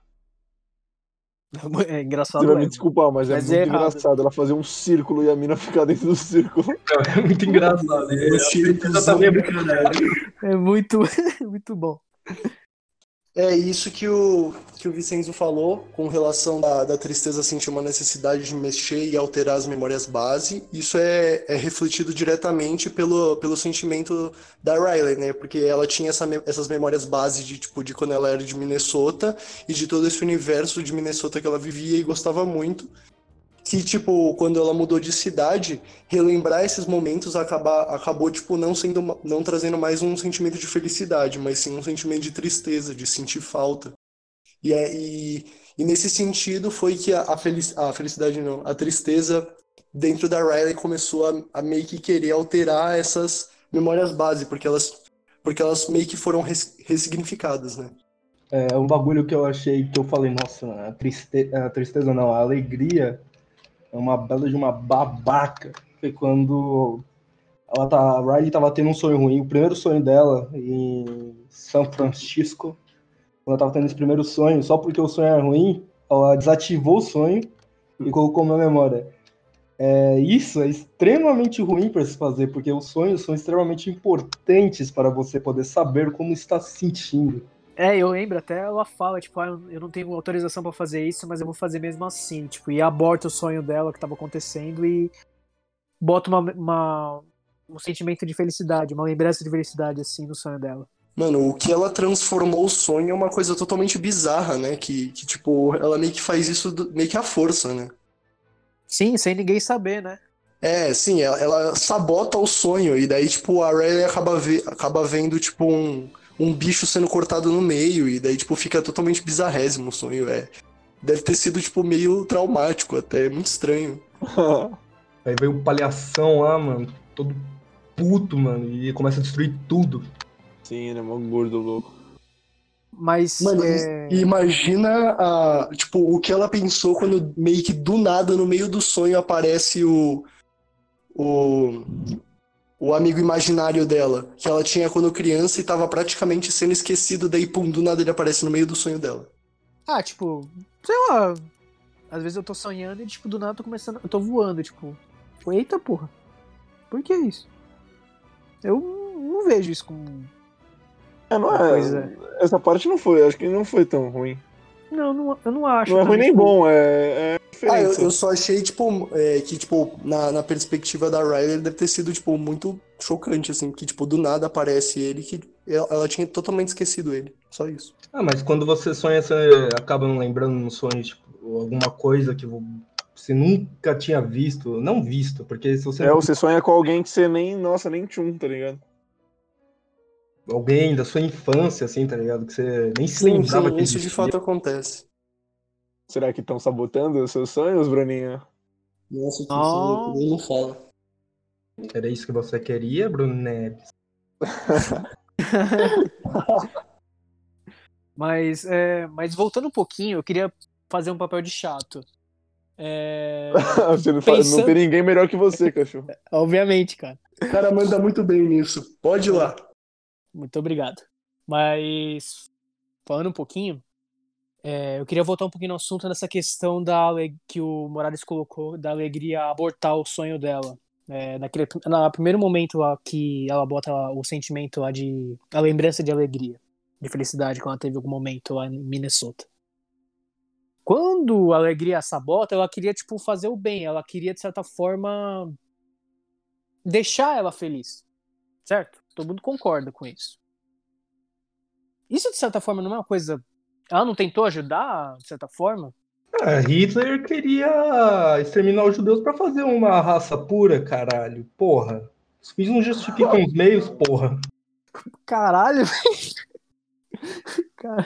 É Você vai engraçado, me é, mano. desculpar, mas é Mas é muito errado. engraçado. Ela fazer um círculo e a mina ficar dentro do círculo. É muito engraçado. Um E a tristeza circozão também é do muito caralho. É muito, muito bom. É isso que o, que o Vicenzo falou com relação da, da tristeza sentir uma necessidade de mexer e alterar as memórias base. Isso é, é refletido diretamente pelo, pelo sentimento da Riley, né? Porque ela tinha essa, me- essas memórias base de, tipo, de quando ela era de Minnesota e de todo esse universo de Minnesota que ela vivia e gostava muito. Que, tipo, quando ela mudou de cidade, relembrar esses momentos acaba, acabou, tipo, não sendo, não trazendo mais um sentimento de felicidade, mas sim um sentimento de tristeza, de sentir falta. E, é, e, e nesse sentido foi que a, a, felic, a felicidade, não, a tristeza dentro da Riley começou a, a meio que querer alterar essas memórias base, porque elas, porque elas meio que foram res, ressignificadas, né? É um bagulho que eu achei, que eu falei, nossa, a, triste... a tristeza não, a alegria é uma bela de uma babaca. Foi quando ela tá, a Riley tava tendo um sonho ruim, o primeiro sonho dela em São Francisco, quando ela tava tendo esse primeiro sonho, só porque o sonho era ruim, ela desativou o sonho e colocou uma memória. É, isso é extremamente ruim para se fazer, porque os sonhos são extremamente importantes para você poder saber como está se sentindo. É, eu lembro até ela fala, tipo, ah, eu não tenho autorização pra fazer isso, mas eu vou fazer mesmo assim, tipo, e aborta o sonho dela que tava acontecendo e bota uma, uma- um sentimento de felicidade, uma lembrança de felicidade, assim, no sonho dela. Mano, o que ela transformou o sonho é uma coisa totalmente bizarra, né? Que, que tipo, ela meio que faz isso do- meio que à força, né? Sim, sem ninguém saber, né? É, sim, ela, ela sabota o sonho, e daí, tipo, a Riley acaba, ve- acaba vendo, tipo, um, um bicho sendo cortado no meio, e daí, tipo, fica totalmente bizarrésimo o sonho, é. Deve ter sido, tipo, meio traumático até, é muito estranho. Aí veio o palhação lá, mano, todo puto, mano, e começa a destruir tudo. Sim, ele é mó gordo louco. Mas, Mano, é... e, e imagina a, tipo, o que ela pensou quando meio que do nada, no meio do sonho, aparece o, o, o amigo imaginário dela, que ela tinha quando criança e tava praticamente sendo esquecido, daí, pum, do nada ele aparece no meio do sonho dela. Ah, tipo, sei lá, às vezes eu tô sonhando e, tipo, do nada eu tô começando, eu tô voando, tipo, eita porra, por que isso? Eu não vejo isso como É, não uma coisa... é. Essa parte não foi, acho que não foi tão ruim. Não, não, eu não acho Não é ruim também, nem tipo... bom, é, é Ah, eu, diferente só. eu só achei, tipo, é, que, tipo, na, na perspectiva da Riley deve ter sido, tipo, muito chocante, assim, que, tipo, do nada aparece ele que ela, ela tinha totalmente esquecido ele. Só isso. Ah, mas quando você sonha, você acaba não lembrando no sonho, tipo, alguma coisa que você nunca tinha visto. Não visto, porque se você É, você sonha com alguém que você nem, nossa, nem tchum, tá ligado? alguém da sua infância, assim, tá ligado? Que você nem se Sim, lembrava sim, que isso de existia. fato acontece. Será que estão sabotando os seus sonhos, Bruninho? Nossa, que isso Oh. nem não fala. Era isso que você queria, Bruno Neves? Mas, é, mas voltando um pouquinho, eu queria fazer um papel de chato. É, Você não, fa- não tem pensando, ninguém melhor que você, cachorro. obviamente, cara. O cara manda muito bem nisso. Pode ir lá. Muito obrigado. Mas falando um pouquinho, é, eu queria voltar um pouquinho no assunto dessa questão da ale- que o Morales colocou da alegria abortar o sonho dela. É, naquele, no primeiro momento lá que ela bota lá o sentimento lá de a lembrança de alegria, de felicidade que ela teve em algum momento lá em Minnesota. Quando a alegria sabota, ela queria tipo fazer o bem, ela queria de certa forma deixar ela feliz, certo? Todo mundo concorda com isso. Isso de certa forma não é uma coisa. Ela não tentou ajudar de certa forma? Ah, Hitler queria exterminar os judeus pra fazer uma raça pura, caralho. Porra. Os fins não justificam os meios, porra. Caralho, cara.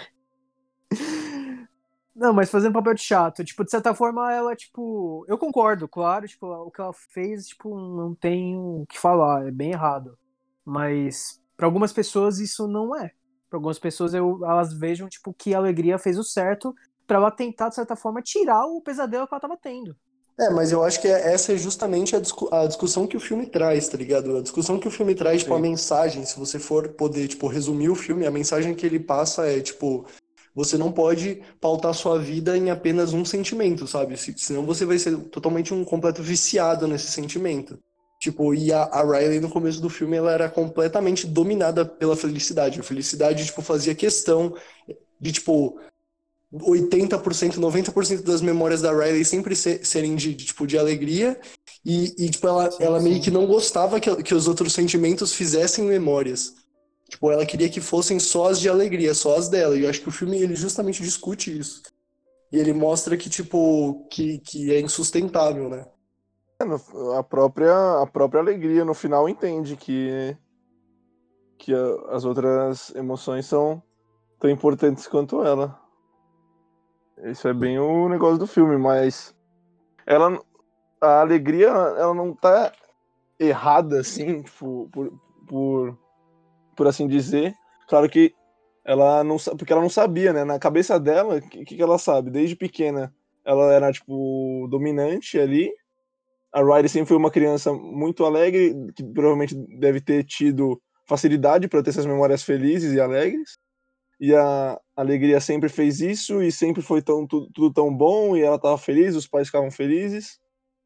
Não, mas fazendo papel de chato, tipo, de certa forma ela, tipo, eu concordo, claro, tipo, o que ela fez, tipo, não tem o que falar, é bem errado. Mas para algumas pessoas isso não é. Para algumas pessoas eu, elas vejam, tipo, que a alegria fez o certo para ela tentar de certa forma tirar o pesadelo que ela tava tendo. É, mas eu acho que é- essa é justamente a, discu- a discussão que o filme traz, tá ligado? A discussão que o filme traz, tipo, a Sim. mensagem, se você for poder, tipo, resumir o filme, a mensagem que ele passa é, tipo, você não pode pautar sua vida em apenas um sentimento, sabe? Se- Senão você vai ser totalmente um completo viciado nesse sentimento. Tipo, e a, a Riley no começo do filme, ela era completamente dominada pela felicidade. A felicidade, tipo, fazia questão de, tipo, oitenta por cento, noventa por cento das memórias da Riley sempre ser, serem de, de, tipo, de alegria. E, e tipo, ela, Sim, ela meio sim. que não gostava que, que os outros sentimentos fizessem memórias. Tipo, ela queria que fossem só as de alegria, só as dela. E eu acho que o filme, ele justamente discute isso. E ele mostra que, tipo, que, que é insustentável, né? É, no- a própria, a própria alegria no final entende que, que a- as outras emoções são tão importantes quanto ela. Isso é bem o negócio do filme, mas ela, a alegria, ela não tá errada, assim, tipo, por, por, por assim dizer. Claro que ela não sa- porque ela não sabia, né? Na cabeça dela, o que, que ela sabe? Desde pequena, ela era, tipo, dominante ali. A Riley sempre foi uma criança muito alegre, que provavelmente deve ter tido facilidade para ter essas memórias felizes e alegres. E a alegria sempre fez isso e sempre foi tão, tudo, tudo tão bom e ela estava feliz, os pais ficavam felizes.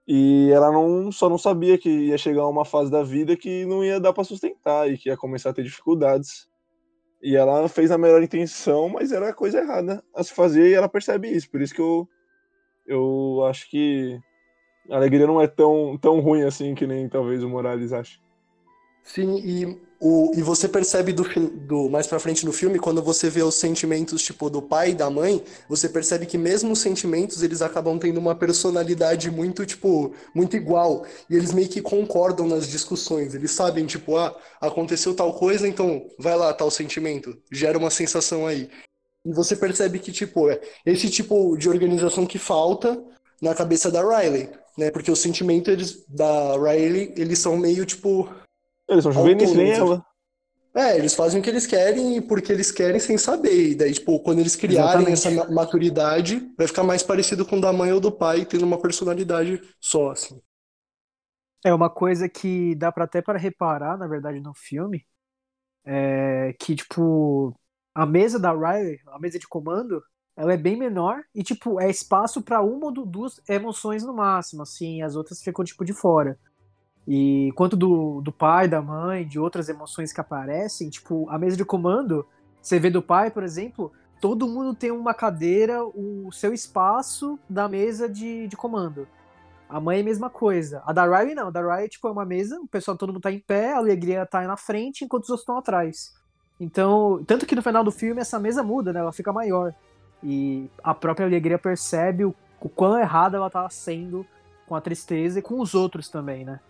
E ela não, só não sabia que ia chegar uma fase da vida que não ia dar pra sustentar e que ia começar a ter dificuldades. E ela fez a melhor intenção, mas era a coisa errada a se fazer e ela percebe isso. Por isso que eu, eu acho que a alegria não é tão, tão ruim assim que nem talvez o Morales ache. Sim, e, o, e você percebe do, fi- do mais pra frente no filme, quando você vê os sentimentos, tipo, do pai e da mãe, você percebe que mesmo os sentimentos, eles acabam tendo uma personalidade muito, tipo, muito igual. E eles meio que concordam nas discussões. Eles sabem, tipo, ah, aconteceu tal coisa, então vai lá, tal sentimento. Gera uma sensação aí. E você percebe que, tipo, é esse tipo de organização que falta na cabeça da Riley, né? Porque os sentimentos eles, da Riley, eles são meio, tipo, Eles são juvenis que nem autônomos. ela. É, eles fazem o que eles querem e porque eles querem sem saber. E daí, tipo, quando eles criarem essa Exatamente. ma- maturidade, vai ficar mais parecido com o da mãe ou do pai, tendo uma personalidade só, assim. É uma coisa que dá pra até para reparar, na verdade, no filme, é que, tipo, a mesa da Riley, a mesa de comando, ela é bem menor e, tipo, é espaço pra uma ou du- duas emoções no máximo, assim, as outras ficam, tipo, de fora. E quanto do, do pai, da mãe, de outras emoções que aparecem, tipo, a mesa de comando, você vê do pai, por exemplo, todo mundo tem uma cadeira, o seu espaço da mesa de, de comando. A mãe é a mesma coisa. A da Riley não. A da Riley, tipo, é uma mesa, o pessoal todo mundo tá em pé, a alegria tá aí na frente, enquanto os outros estão atrás. Então, tanto que no final do filme essa mesa muda, né? Ela fica maior. E a própria alegria percebe o, o quão errada ela tá sendo com a tristeza e com os outros também, né?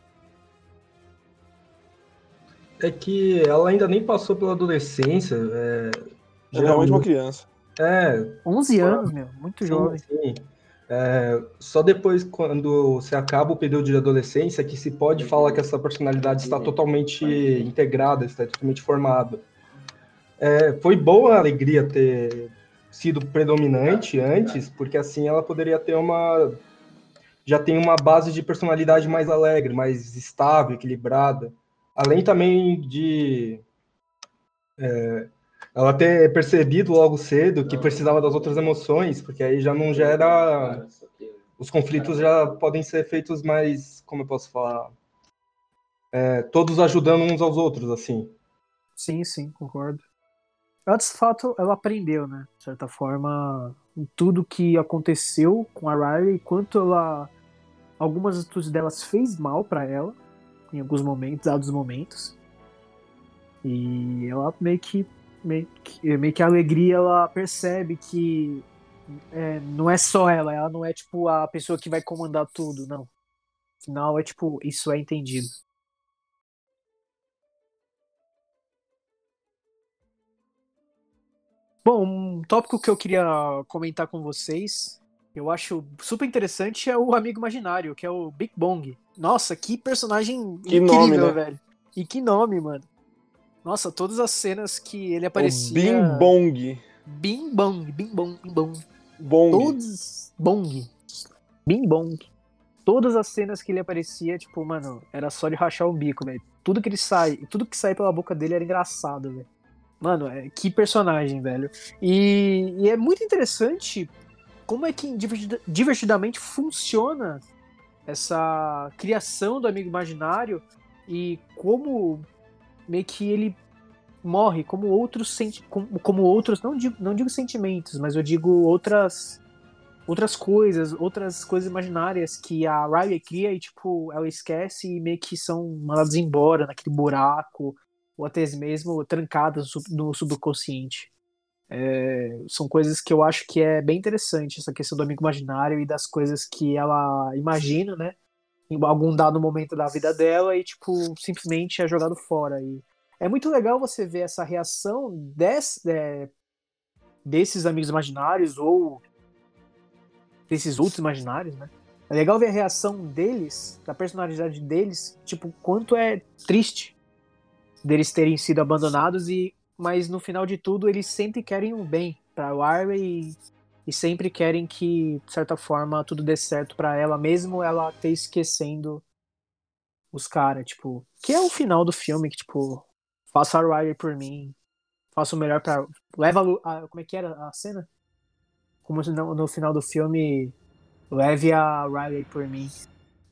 É que ela ainda nem passou pela adolescência. É, Ela é realmente uma geralmente, criança. é, onze anos, meu, muito sim, jovem. sim. É, só depois, quando você acaba o período de adolescência, que se pode falar que essa personalidade está totalmente integrada, está totalmente formada. É, foi boa a alegria ter sido predominante antes, porque assim ela poderia ter uma. Já tem uma base de personalidade mais alegre, mais estável, equilibrada. Além também de ela ter percebido logo cedo que precisava das outras emoções, porque aí já não gera. Os conflitos já podem ser feitos mais, como eu posso falar, é, todos ajudando uns aos outros, assim. Sim, sim, concordo. Ela, de fato, ela aprendeu, né? De certa forma, em tudo que aconteceu com a Riley, quanto ela. Algumas atitudes delas fez mal pra ela, em alguns momentos, dados momentos. E ela meio que. Meio que, meio que a alegria, ela percebe que é, não é só ela, ela não é tipo a pessoa que vai comandar tudo, não. Afinal, é tipo, isso é entendido. Bom, um tópico que eu queria comentar com vocês, eu acho super interessante, é o amigo imaginário, que é o Big Bong. Nossa, que personagem Que nome, incrível, né? velho. E que nome, mano. Nossa, todas as cenas que ele É o Bing aparecia. Bong. Bing Bong, Bing Bong, Bing Bong. Bong. Todos. Bong. Bing Bong. Todas as cenas que ele aparecia, tipo, mano, era só de rachar o bico, velho. Tudo que ele sai, tudo que sai pela boca dele era engraçado, velho. Mano, é, que personagem, velho. E, e é muito interessante como é que divertida- divertidamente funciona essa criação do amigo imaginário e como meio que ele morre, como outros senti como, como outros, não digo, não digo sentimentos, mas eu digo outras outras coisas, outras coisas imaginárias que a Riley cria e tipo, ela esquece e meio que são mandadas embora naquele buraco ou até mesmo trancadas no subconsciente. São coisas que eu acho que é bem interessante, essa questão do amigo imaginário e das coisas que ela imagina, né? Em algum dado momento da vida dela e, tipo, simplesmente é jogado fora. E é muito legal você ver essa reação desse, é, desses amigos imaginários ou desses outros imaginários, né? É legal ver a reação deles, da personalidade deles, tipo, quanto é triste deles terem sido abandonados e mas no final de tudo eles sempre querem o bem para Riley e, e sempre querem que de certa forma tudo dê certo para ela, mesmo ela ter esquecendo os caras, tipo, que é o final do filme que tipo, faça a Riley por mim, faça o melhor para leva a, como é que era a cena? Como no, no final do filme, leve a Riley por mim.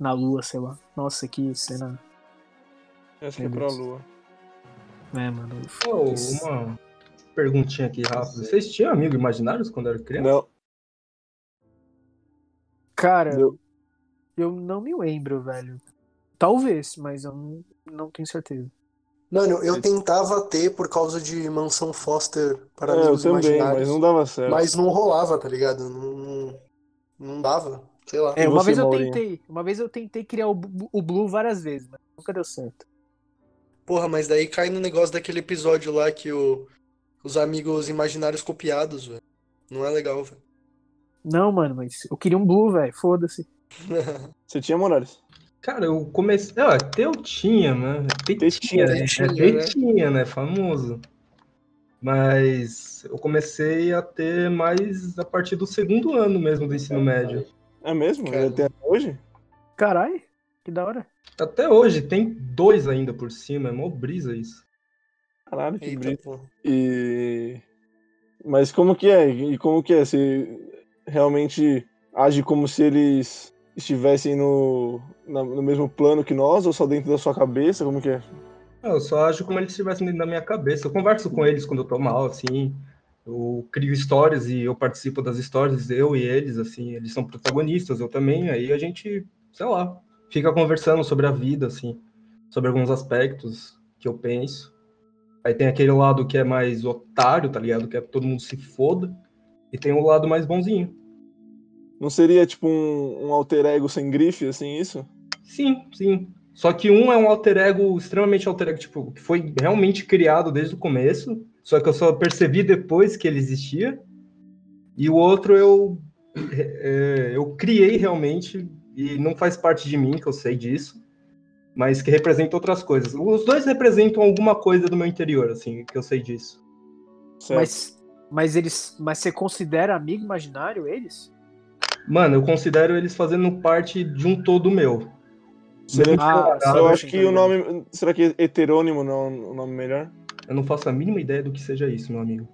na lua, sei lá. Nossa, que cena. Acho que Meu é pra Deus. lua. É, mano. Oh, que- uma perguntinha aqui rápida. Vocês tinham amigos imaginários quando eram criança? Não, Cara, deu. eu não me lembro, velho. Talvez, mas eu não, não tenho certeza. Mano, eu tentava ter por causa de Mansão Foster para É, eu amigos também, mas não imaginários, dava certo. mas não rolava, tá ligado? Não, não, não dava, sei lá. E É, uma você, vez eu Maurinho? tentei. Uma vez eu tentei criar o, Bu- o Blue várias vezes, mas nunca deu certo. Porra, mas daí cai no negócio daquele episódio lá que o, os amigos imaginários copiados, velho. Não é legal, velho. Não, mano, mas eu queria um Blue, velho. Foda-se. Você tinha, Morales? Cara, eu comecei. Ah, até eu tinha, né? Tetinha, Tetinha, né? Tetinha, É né? tetinha, né? Famoso. Mas eu comecei a ter mais a partir do segundo ano mesmo do ensino médio. É mesmo? Cara. E até hoje? Caralho, que da hora. Até hoje, tem dois ainda por cima, é mó brisa isso. Caralho, que Eita, brisa. pô. E... Mas como que é? E como que é? Você realmente age como se eles estivessem no, na- no mesmo plano que nós, ou só dentro da sua cabeça? Como que é? Eu só ajo como eles estivessem dentro da minha cabeça. Eu converso com eles quando eu tô mal, assim. Eu crio histórias e eu participo das histórias, eu e eles, assim. Eles são protagonistas, eu também. Aí a gente, sei lá, fica conversando sobre a vida, assim. Sobre alguns aspectos que eu penso. Aí tem aquele lado que é mais otário, tá ligado? Que é todo mundo se foda. E tem o lado mais bonzinho. Não seria tipo um, um alter ego sem grife, assim, isso? Sim, sim. Só que um é um alter ego, extremamente alter ego, tipo, que foi realmente criado desde o começo, só que eu só percebi depois que ele existia. E o outro eu, é, eu criei realmente, e não faz parte de mim, que eu sei disso, mas que representa outras coisas. Os dois representam alguma coisa do meu interior, assim, que eu sei disso. Certo. Mas, mas eles. Mas você considera amigo imaginário eles? Mano, eu considero eles fazendo parte de um todo meu. Seria, Mesmo Ah, separado, eu sim, acho sim, que tô o ligado. nome. Será que heterônimo não é o nome melhor? eu não faço a mínima ideia do que seja isso, meu amigo.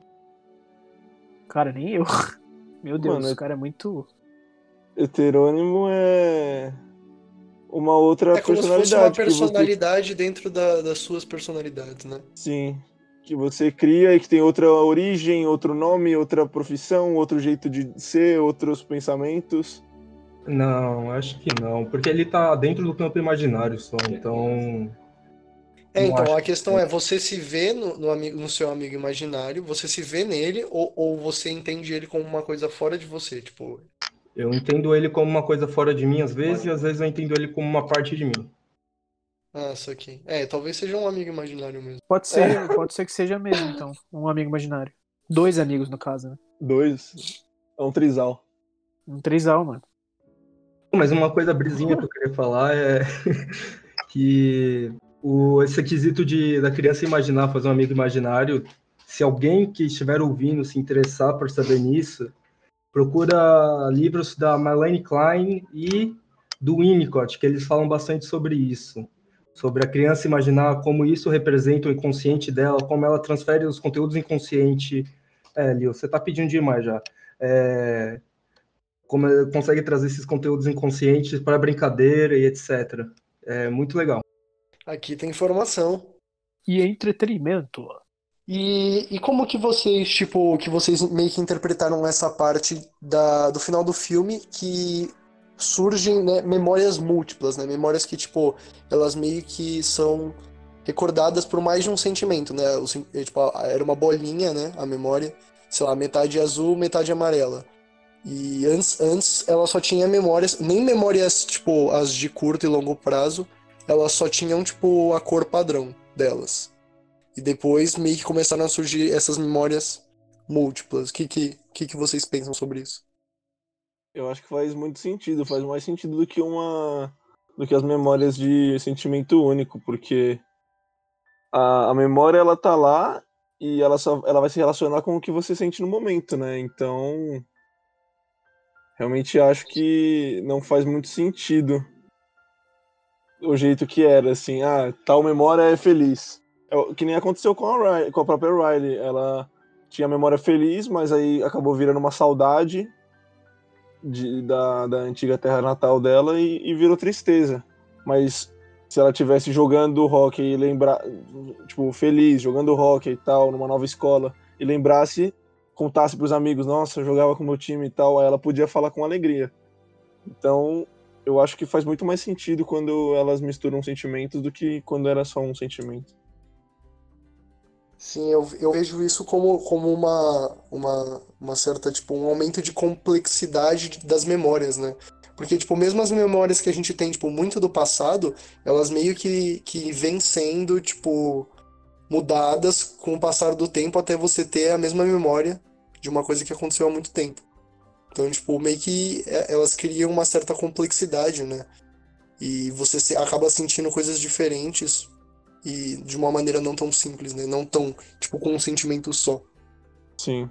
Cara, nem eu. Meu Deus, Mano, o cara é muito. heterônimo é uma outra É como se fosse uma personalidade que você, personalidade dentro da- das suas personalidades, né? sim, que você cria e que tem outra origem, outro nome, outra profissão, outro jeito de ser, outros pensamentos. Não, acho que não, porque ele tá dentro do campo imaginário só, então É, não então, acho a que questão é, você se vê no, no, amigo, no seu amigo imaginário, você se vê nele, ou, ou você entende ele como uma coisa fora de você, tipo... eu entendo ele como uma coisa fora de mim às vezes, e às vezes eu entendo ele como uma parte de mim. Ah, isso aqui. É, talvez seja um amigo imaginário mesmo. Pode ser, pode ser que seja mesmo, então. Um amigo imaginário. Dois amigos, no caso, né? Dois. É um trisal. Um trisal, mano. Mas uma coisa brisinha que eu queria falar é que o, esse quesito de, da criança imaginar fazer um amigo imaginário, se alguém que estiver ouvindo se interessar por saber nisso, procura livros da Melanie Klein e do Winnicott, que eles falam bastante sobre isso. Sobre a criança imaginar como isso representa o inconsciente dela, como ela transfere os conteúdos inconscientes. É, Lio, você tá pedindo demais já. É, como ela consegue trazer esses conteúdos inconscientes para brincadeira e etcétera. É muito legal. Aqui tem informação. E entretenimento. E, e como que vocês, tipo, que vocês meio que interpretaram essa parte da, do final do filme que surgem, né, memórias múltiplas, né? Memórias que, tipo, elas meio que são recordadas por mais de um sentimento, né? O, sen- é, tipo, a- era uma bolinha, né? A memória, sei lá, metade azul, metade amarela. E antes, antes ela só tinha memórias, nem memórias, tipo, as de curto e longo prazo, elas só tinham, tipo, a cor padrão delas. E depois meio que começaram a surgir essas memórias múltiplas. O que, que, que, que vocês pensam sobre isso? Eu acho que faz muito sentido, faz mais sentido do que uma do que as memórias de sentimento único, porque a, a memória ela tá lá e ela só ela vai se relacionar com o que você sente no momento, né? Então, realmente acho que não faz muito sentido o jeito que era, assim, ah, tal memória é feliz. É o que nem aconteceu com a Riley, com a própria Riley, ela tinha memória feliz, mas aí acabou virando uma saudade. de, da, da antiga terra natal dela e, e virou tristeza. Mas se ela tivesse jogando hóquei e lembrar, tipo, feliz, jogando hóquei e tal, numa nova escola, e lembrasse, contasse pros amigos, nossa, eu jogava com o meu time e tal, aí ela podia falar com alegria. Então, eu acho que faz muito mais sentido quando elas misturam sentimentos do que quando era só um sentimento. Sim, eu, eu vejo isso como, como uma, uma, uma certa, tipo, um aumento de complexidade das memórias, né? Porque, tipo, mesmo as memórias que a gente tem, tipo, muito do passado, elas meio que, que vêm sendo, tipo, mudadas com o passar do tempo até você ter a mesma memória de uma coisa que aconteceu há muito tempo. Então, tipo, meio que é, elas criam uma certa complexidade, né? E você se- acaba sentindo coisas diferentes e de uma maneira não tão simples, né? Não tão, tipo, com um sentimento só. Sim.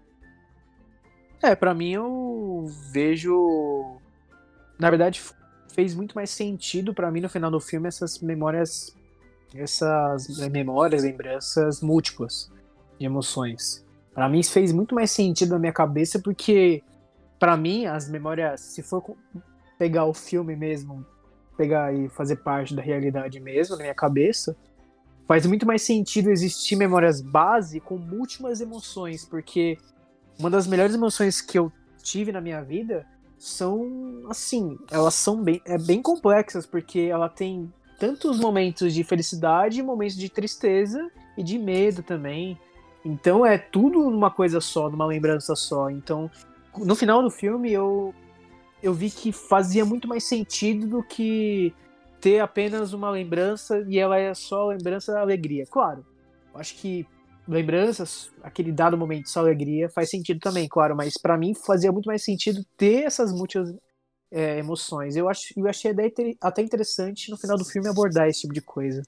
É, pra mim eu vejo. Na verdade, fez muito mais sentido pra mim no final do filme essas memórias. Essas memórias, lembranças múltiplas de emoções. Pra mim isso fez muito mais sentido na minha cabeça, porque pra mim as memórias, se for co- pegar o filme mesmo, pegar e fazer parte da realidade mesmo, na minha cabeça, faz muito mais sentido existir memórias base com múltiplas emoções, porque uma das melhores emoções que eu tive na minha vida são, assim, elas são bem, é bem complexas, porque ela tem tantos momentos de felicidade, momentos de tristeza e de medo também. Então é tudo numa coisa só, numa lembrança só. Então, no final do filme, eu, eu vi que fazia muito mais sentido do que ter apenas uma lembrança e ela é só lembrança da alegria. Claro, eu acho que lembranças, aquele dado momento de só alegria, faz sentido também, claro, mas pra mim fazia muito mais sentido ter essas múltiplas é, emoções. Eu, acho, eu achei a ideia ter- até interessante no final do filme abordar esse tipo de coisa.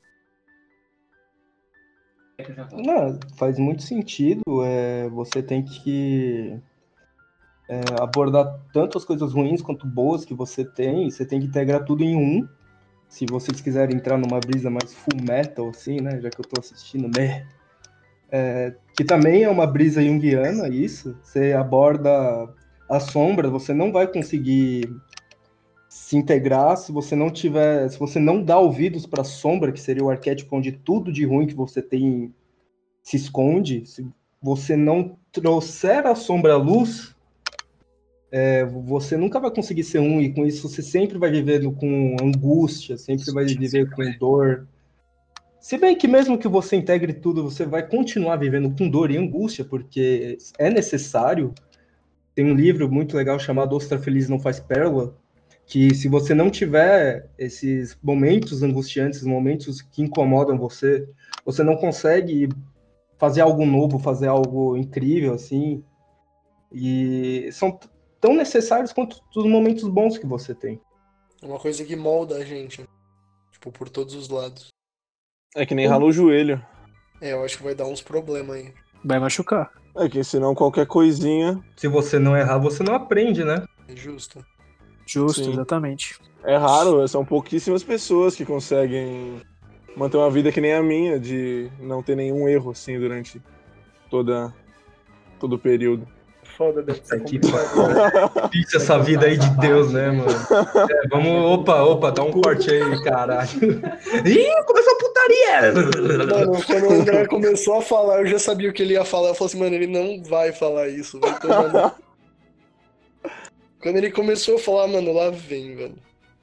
Não, faz muito sentido. É, você tem que é, abordar tanto as coisas ruins quanto boas que você tem. Você tem que integrar tudo em um. Se vocês quiserem entrar numa brisa mais full metal, assim, né? Já que eu tô assistindo, né? É, que também é uma brisa junguiana, isso. Você aborda a sombra, você não vai conseguir se integrar se você não tiver, se você não dá ouvidos para a sombra, que seria o arquétipo onde tudo de ruim que você tem se esconde. Se você não trouxer a sombra à luz, é, você nunca vai conseguir ser um, e com isso você sempre vai viver com angústia, sempre vai viver com dor. Se bem que mesmo que você integre tudo, você vai continuar vivendo com dor e angústia, porque é necessário. Tem um livro muito legal chamado Ostra Feliz Não Faz Pérola, que se você não tiver esses momentos angustiantes, momentos que incomodam você, você não consegue fazer algo novo, fazer algo incrível, assim. E são t- tão necessários quanto os momentos bons que você tem. É uma coisa que molda a gente, né? Tipo, por todos os lados. É que nem rala o joelho. É, eu acho que vai dar uns problemas aí. Vai machucar. É que senão qualquer coisinha, Se você não errar, você não aprende, né? É justo. Justo, sim. exatamente. É raro, são pouquíssimas pessoas que conseguem manter uma vida que nem a minha, de não ter nenhum erro, assim, durante toda, todo o período. Foda, deve ser Que complicado. difícil essa vida aí de Deus, né, mano? É, vamos, opa, opa, dá um corte aí, caralho. Ih, começou a putaria! Mano, quando o André começou a falar, eu já sabia o que ele ia falar. Eu falei assim, mano, ele não vai falar isso, vai tomar no... Quando ele começou a falar, mano, lá vem, velho.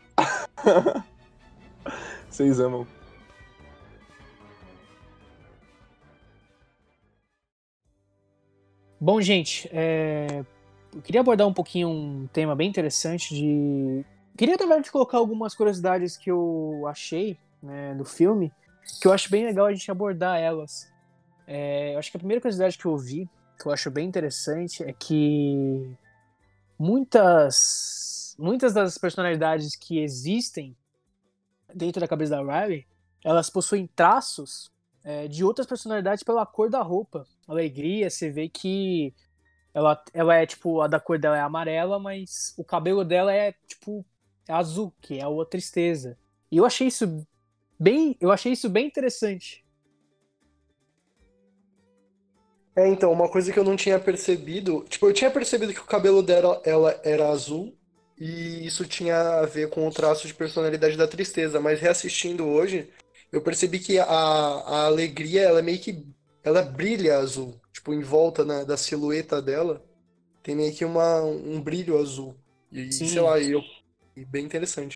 Vocês amam. Bom, gente, é, eu queria abordar um pouquinho um tema bem interessante de... Queria, na verdade, colocar algumas curiosidades que eu achei, né, do filme, que eu acho bem legal a gente abordar elas. É, eu acho que a primeira curiosidade que eu vi, que eu acho bem interessante, é que muitas, muitas das personalidades que existem dentro da cabeça da Riley, elas possuem traços é, de outras personalidades pela cor da roupa. Alegria, você vê que ela, ela é, tipo, a da cor dela é amarela, mas o cabelo dela é, tipo, é azul, que é a outra tristeza. E eu achei isso bem, eu achei isso bem interessante. É, então, uma coisa que eu não tinha percebido, tipo, eu tinha percebido que o cabelo dela ela era azul e isso tinha a ver com o traço de personalidade da tristeza, mas reassistindo hoje, eu percebi que a, a alegria, ela é meio que, ela brilha azul, tipo, em volta, né, da silhueta dela, tem meio que uma, um brilho azul. E, sei Sim. lá, e eu, e bem interessante.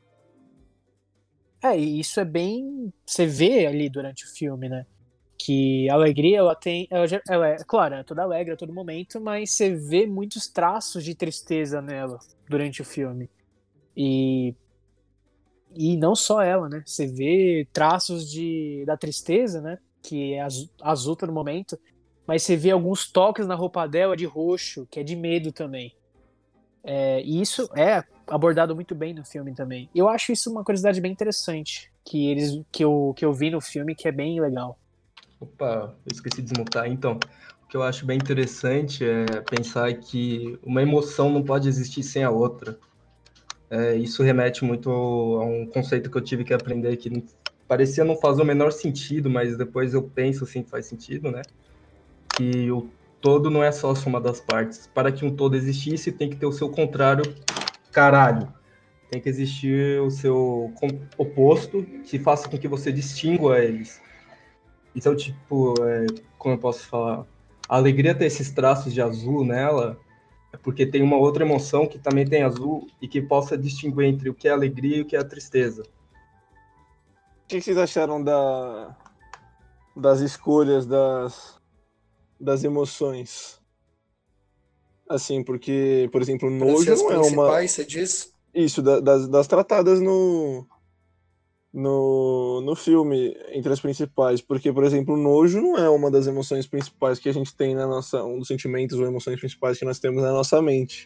É, e isso é bem. Você vê ali durante o filme, né? Que a alegria, ela tem. Ela, já- ela é, claro, é toda alegre a todo momento, mas você vê muitos traços de tristeza nela durante o filme. E, e não só ela, né? Você vê traços de, da tristeza, né? Que é azul, azul todo momento, mas você vê alguns toques na roupa dela de roxo, que é de medo também. É, e isso é abordado muito bem no filme também. Eu acho isso uma curiosidade bem interessante, que eles que eu, que eu vi no filme, que é bem legal. Opa, eu esqueci de desmutar. Então, o que eu acho bem interessante é pensar que uma emoção não pode existir sem a outra. É, isso remete muito a um conceito que eu tive que aprender que não- parecia não fazer o menor sentido, mas depois eu penso assim que faz sentido, né? Que o todo não é só a soma das partes. Para que um todo existisse, tem que ter o seu contrário, caralho. Tem que existir o seu com- oposto, que faça com que você distingua eles. Então, tipo, é, como eu posso falar? A alegria ter esses traços de azul nela é porque tem uma outra emoção que também tem azul e que possa distinguir entre o que é alegria e o que é a tristeza. O que que vocês acharam da, das escolhas das, das emoções? Assim, porque, por exemplo, Para ser nojo as não é uma. principais, você diz? Isso, da- das, das tratadas no, no, no filme, entre as principais. Porque, por exemplo, nojo não é uma das emoções principais que a gente tem na nossa. Um dos sentimentos ou emoções principais que nós temos na nossa mente.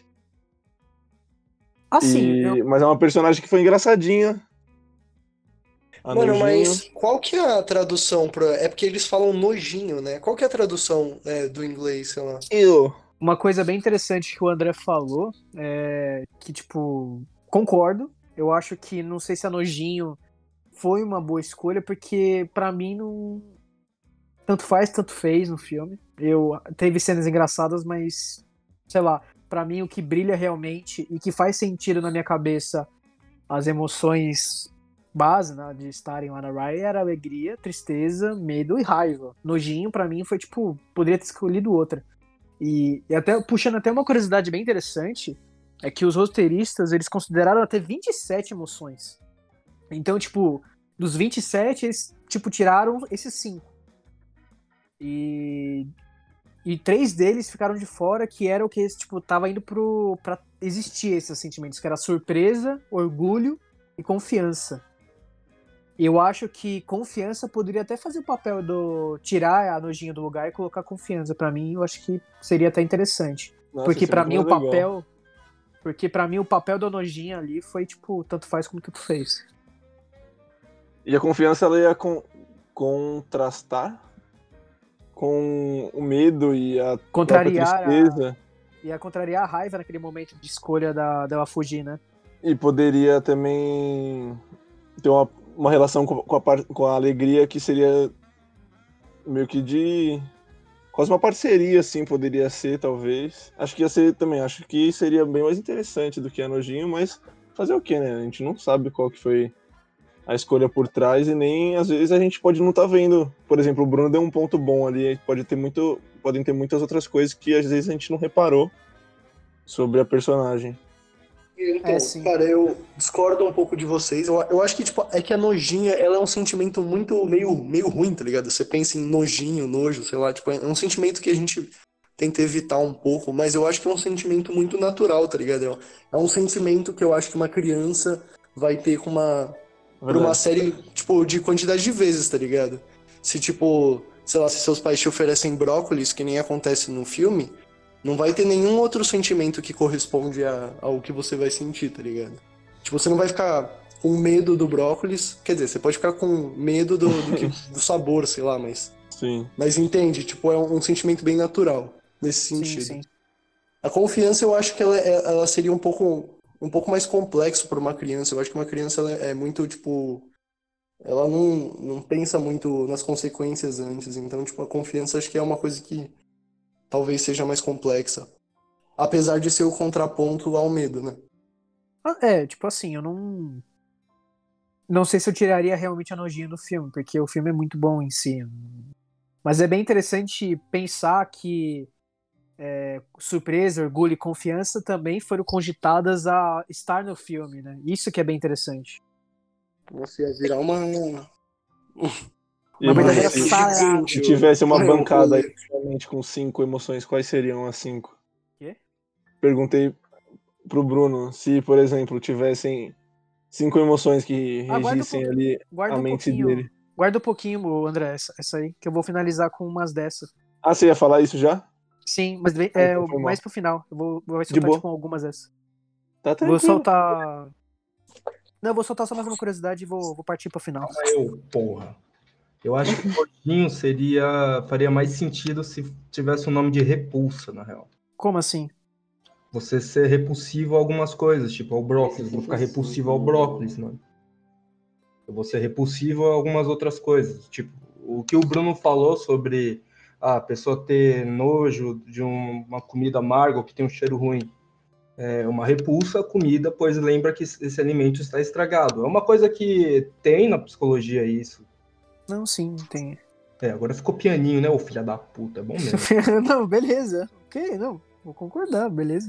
Assim, eu, E, mas é uma personagem que foi engraçadinha. A Mano, nojinho. mas qual que é a tradução pra... É porque eles falam nojinho, né? Qual que é a tradução é, do inglês, sei lá? Eu. uma coisa bem interessante que o André falou é que, tipo, concordo. Eu acho que não sei se a Nojinho foi uma boa escolha, porque pra mim não. Tanto faz, tanto fez no filme. Eu teve cenas engraçadas, mas sei lá, pra mim o que brilha realmente e que faz sentido na minha cabeça as emoções base, né, de estarem lá na Rye era alegria, tristeza, medo e raiva. Nojinho pra mim foi tipo, poderia ter escolhido outra. E, e até puxando até uma curiosidade bem interessante, é que os roteiristas, eles consideraram até vinte e sete emoções. Então, tipo, dos vinte e sete, eles tipo tiraram esses cinco. E e três deles ficaram de fora, que era o que tipo tava indo pro para existir esses sentimentos, que era surpresa, orgulho e confiança. Eu acho que confiança poderia até fazer o papel do tirar a nojinha do lugar e colocar confiança. Pra mim, eu acho que seria até interessante. Nossa, Porque isso é pra muito mim o mais legal. papel, porque para mim o papel da nojinha ali foi tipo tanto faz como tanto fez. E a confiança ela ia con- contrastar com o medo e a própria Contrariar a tristeza. ia contrariar a raiva naquele momento de escolha da, dela fugir, né? E poderia também ter uma, uma relação com, com, a, par- com a alegria que seria meio que de. Quase uma parceria, assim, poderia ser, talvez. Acho que ia ser também, acho que seria bem mais interessante do que a Nojinho, mas fazer o quê, né? A gente não sabe qual que foi a escolha por trás e nem, às vezes, a gente pode não estar vendo. Por exemplo, o Bruno deu um ponto bom ali, pode ter muito, podem ter muitas outras coisas que às vezes a gente não reparou sobre a personagem. Então, É, sim. cara, eu discordo um pouco de vocês. Eu, eu acho que, tipo, é que a nojinha, ela é um sentimento muito, meio, meio ruim, tá ligado? Você pensa em nojinho, nojo, sei lá, tipo, é um sentimento que a gente tenta evitar um pouco, mas eu acho que é um sentimento muito natural, tá ligado? É é um sentimento que eu acho que uma criança vai ter com uma, por uma Verdade. série, tipo, de quantidade de vezes, tá ligado? Se, tipo, sei lá, se seus pais te oferecem brócolis, que nem acontece no filme, não vai ter nenhum outro sentimento que corresponde a, ao que você vai sentir, tá ligado? Tipo, você não vai ficar com medo do brócolis, quer dizer, você pode ficar com medo do, do, que, do sabor, sei lá, mas, Sim. mas entende, tipo, é um, um sentimento bem natural nesse Sim, sentido. sim. A confiança, eu acho que ela, é- ela seria um pouco, um pouco mais complexo para uma criança. Eu acho que uma criança ela é muito, tipo, ela não, não pensa muito nas consequências antes. Então, tipo, a confiança acho que é uma coisa que talvez seja mais complexa. Apesar de ser o contraponto ao medo, né? Ah, É, tipo assim, eu não. Não sei se eu tiraria realmente a nojinha do filme, porque o filme é muito bom em si. Mas é bem interessante pensar que é, surpresa, orgulho e confiança também foram cogitadas a estar no filme, né? Isso que é bem interessante. Nossa, ia virar uma, E Uma uma verdadeira rap você, salada. gigante. se tivesse uma o- o bancada aí rolê. realmente com cinco emoções, quais seriam as cinco? Quê? Perguntei pro Bruno se, por exemplo, tivessem cinco emoções que Ah, guarda um, regissem po- ali guarda a um mente pouquinho. dele. Guarda um pouquinho, André, essa, essa aí, que eu vou finalizar com umas dessas. Ah, você ia falar isso já? Sim, mas vem- Ah, é então o- foi mais mal. pro final. Eu vou, vou De soltar, boa. tipo, algumas dessas. Tá Vou tranquilo. soltar. Não, eu vou soltar só mais uma curiosidade e vou, vou partir pro final. Calma eu, porra. Eu acho que o nojinho seria, faria mais sentido se tivesse o nome de repulsa, na real. Como assim? Você ser repulsivo a algumas coisas, tipo ao brócolis. Vou ficar repulsivo ao brócolis, mano. Eu vou ser repulsivo a algumas outras coisas. Tipo, o que o Bruno falou sobre ah, a pessoa ter nojo de um- uma comida amarga ou que tem um cheiro ruim. É uma repulsa à comida, pois lembra que esse alimento está estragado. É uma coisa que tem na psicologia isso. Não, sim, tem. É, agora ficou pianinho, né, ô filha da puta? É bom mesmo. Não, beleza. Ok, não. Vou concordar, beleza.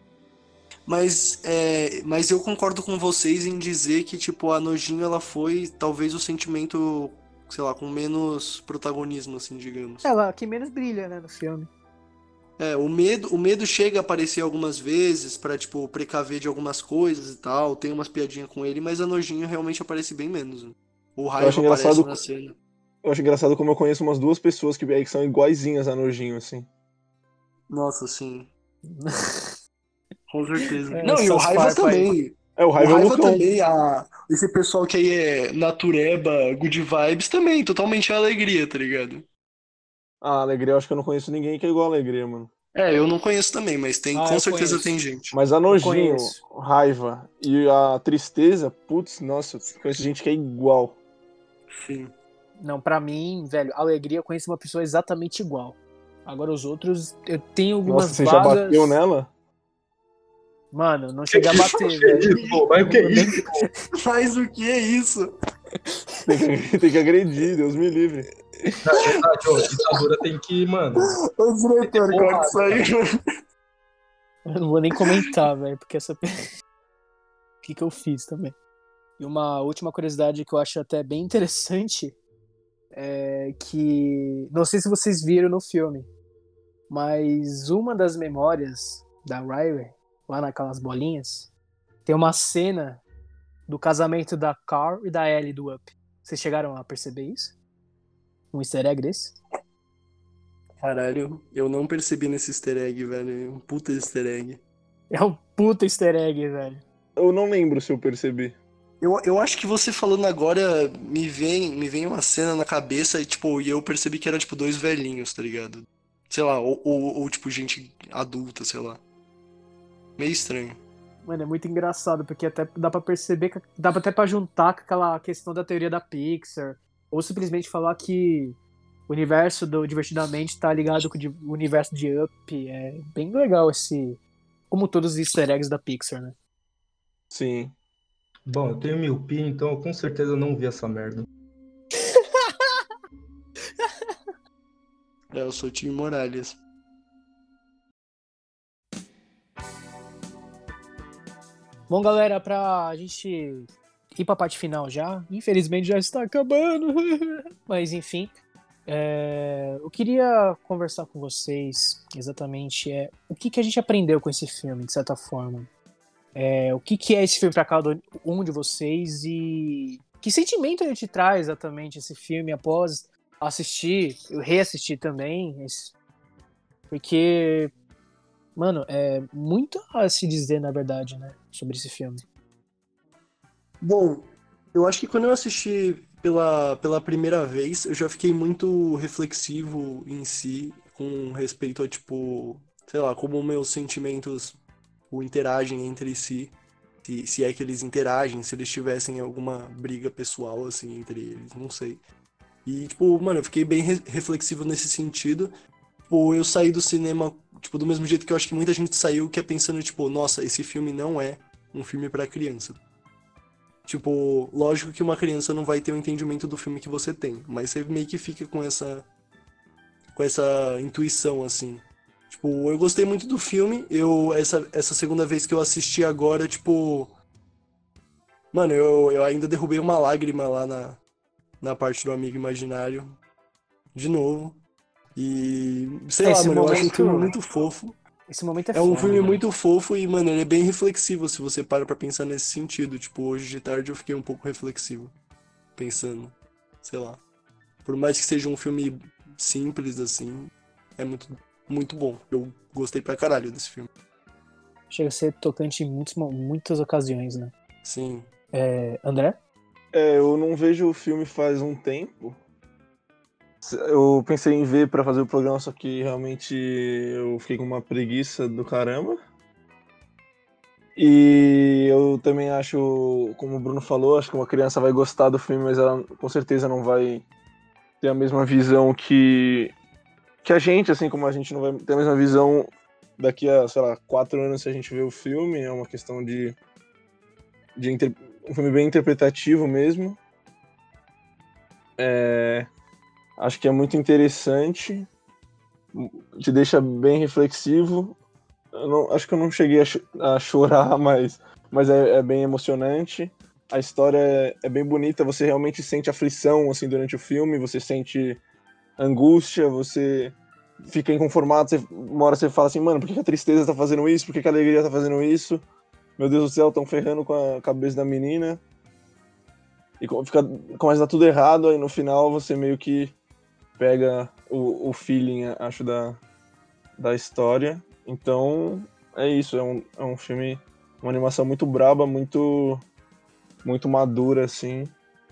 Mas, é, mas eu concordo com vocês em dizer que, tipo, a nojinho, ela foi talvez o sentimento, sei lá, com menos protagonismo, assim, digamos. Ela que menos brilha, né, no filme. É, o medo, o medo chega a aparecer algumas vezes pra, tipo, precaver de algumas coisas e tal, tem umas piadinhas com ele, mas a nojinho realmente aparece bem menos, né? O Eu acho raiva aparece engraçado, na cena. eu acho engraçado como eu conheço umas duas pessoas que, aí que são iguaizinhas a Nojinho, assim. Nossa, sim. Com certeza. É, Não, e o essas raiva farpas aí. também. É, o O Raiva é o raiva Lucão. também, a... esse pessoal que aí é natureba, good vibes também, totalmente alegria, tá ligado? A Alegria, eu acho que eu não conheço ninguém que é igual a Alegria, mano. É, eu não conheço também, mas tem, Ah, com eu certeza tem conheço. gente. Mas a Eu Nojinho, conheço. Raiva e a Tristeza, putz, nossa, eu conheço gente que é igual. Sim. Não, pra mim, velho, alegria eu conheço uma pessoa exatamente igual. Agora os outros, eu tenho Nossa, algumas você já vagas. bateu nela? Mano, não cheguei a bater, Que velho. isso, pô? Mas o que é Eu nem- isso? Mas o que é isso? Tem que, tem que agredir, Deus me livre. Na verdade, ó, ditadura tem que, mano. Ô, diretor, Porrada, corta isso aí. Eu não vou nem comentar, velho, porque essa. O que que eu fiz também? E uma última curiosidade que eu acho até bem interessante é que. Não sei se vocês viram no filme, mas uma das memórias da Riley, lá naquelas bolinhas, tem uma cena do casamento da Carl e da Ellie do Up. Vocês chegaram a perceber isso? Um easter egg desse? Caralho, eu não percebi nesse easter egg, velho. Um puta easter egg. É um puta easter egg, velho. Eu não lembro se eu percebi. Eu, eu acho que você falando agora me vem, me vem uma cena na cabeça e, tipo, e eu percebi que era, tipo, dois velhinhos, tá ligado? Sei lá, ou, ou, ou, tipo, gente adulta, sei lá. Meio estranho. Mano, é muito engraçado, porque até dá pra perceber, que dá até pra juntar com aquela questão da teoria da Pixar, ou simplesmente falar que o universo do Divertidamente tá ligado com o di- o universo de Up. É bem legal esse... Como todos os easter eggs da Pixar, né? Sim. Bom, eu tenho miopia, então eu com certeza não vi essa merda. É, eu sou o Tim Morales. Bom, galera, pra gente ir pra parte final já, infelizmente já está acabando, mas enfim, é, eu queria conversar com vocês exatamente é, o que, que a gente aprendeu com esse filme, de certa forma. É, o que, que é esse filme pra cada um de vocês e que sentimento ele te traz exatamente esse filme após assistir, eu reassistir também, esse- porque, mano, é muito a se dizer, na verdade, né, sobre esse filme. Bom, eu acho que quando eu assisti pela, pela primeira vez, eu já fiquei muito reflexivo em si, com respeito a, tipo, sei lá, como meus sentimentos tipo, interagem entre si, se, se é que eles interagem, se eles tivessem alguma briga pessoal, assim, entre eles, não sei. E, tipo, mano, eu fiquei bem re- reflexivo nesse sentido, tipo, eu saí do cinema, tipo, do mesmo jeito que eu acho que muita gente saiu, que é pensando, tipo, nossa, esse filme não é um filme pra criança. Tipo, lógico que uma criança não vai ter o entendimento do filme que você tem, mas você meio que fica com essa com essa intuição, assim. Tipo, eu gostei muito do filme, eu essa, essa segunda vez que eu assisti agora, tipo, mano, eu, eu ainda derrubei uma lágrima lá na, na parte do Amigo Imaginário, de novo. E, sei lá, Esse mano, eu acho um momento- filme muito fofo. Esse momento é, É um foda, filme né? muito fofo e, mano, ele é bem reflexivo se você para pra pensar nesse sentido. Tipo, hoje de tarde eu fiquei um pouco reflexivo, pensando, sei lá. Por mais que seja um filme simples, assim, é muito, muito bom. Eu gostei pra caralho desse filme. Chega a ser tocante em muitos, mo- muitas ocasiões, né? Sim. É, André? É, eu não vejo o filme faz um tempo. Eu pensei em ver pra fazer o programa, só que realmente eu fiquei com uma preguiça do caramba. E eu também acho, como o Bruno falou, acho que uma criança vai gostar do filme, mas ela com certeza não vai ter a mesma visão que, que a gente, assim como a gente não vai ter a mesma visão daqui a, sei lá, quatro anos se a gente vê o filme. É uma questão de, de inter... um filme bem interpretativo mesmo. É... Acho que é muito interessante, te deixa bem reflexivo. Eu não, acho que eu não cheguei a, cho- a chorar, mas, mas é, é bem emocionante. A história é, é bem bonita, você realmente sente aflição assim, durante o filme, você sente angústia, você fica inconformado, você, uma hora você fala assim, mano, por que que a tristeza tá fazendo isso? Por que que a alegria tá fazendo isso? Meu Deus do céu, tão ferrando com a cabeça da menina. E co- fica, começa a dar tudo errado, aí no final você meio que pega o, o feeling, acho, da, da história. Então, é isso. É um, é um filme, uma animação muito braba, muito, muito madura, assim.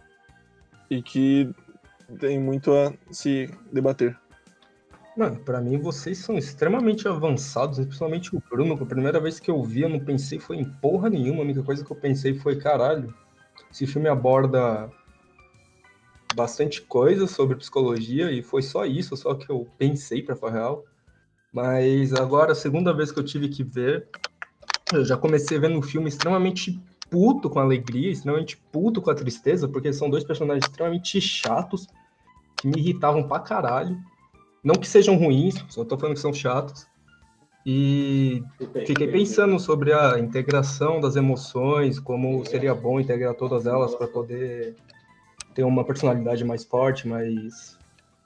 E que tem muito a se debater. Mano, pra mim vocês são extremamente avançados, principalmente o Bruno. A primeira vez que eu vi, eu não pensei foi em porra nenhuma. A única coisa que eu pensei foi, caralho, esse filme aborda bastante coisa sobre psicologia e foi só isso, só que eu pensei pra falar real. Mas agora, a segunda vez que eu tive que ver, eu já comecei vendo um filme extremamente puto com a alegria, extremamente puto com a tristeza, porque são dois personagens extremamente chatos, que me irritavam pra caralho. Não que sejam ruins, só tô falando que são chatos. E fiquei pensando sobre a integração das emoções, como seria bom integrar todas elas para poder ter uma personalidade mais forte, mais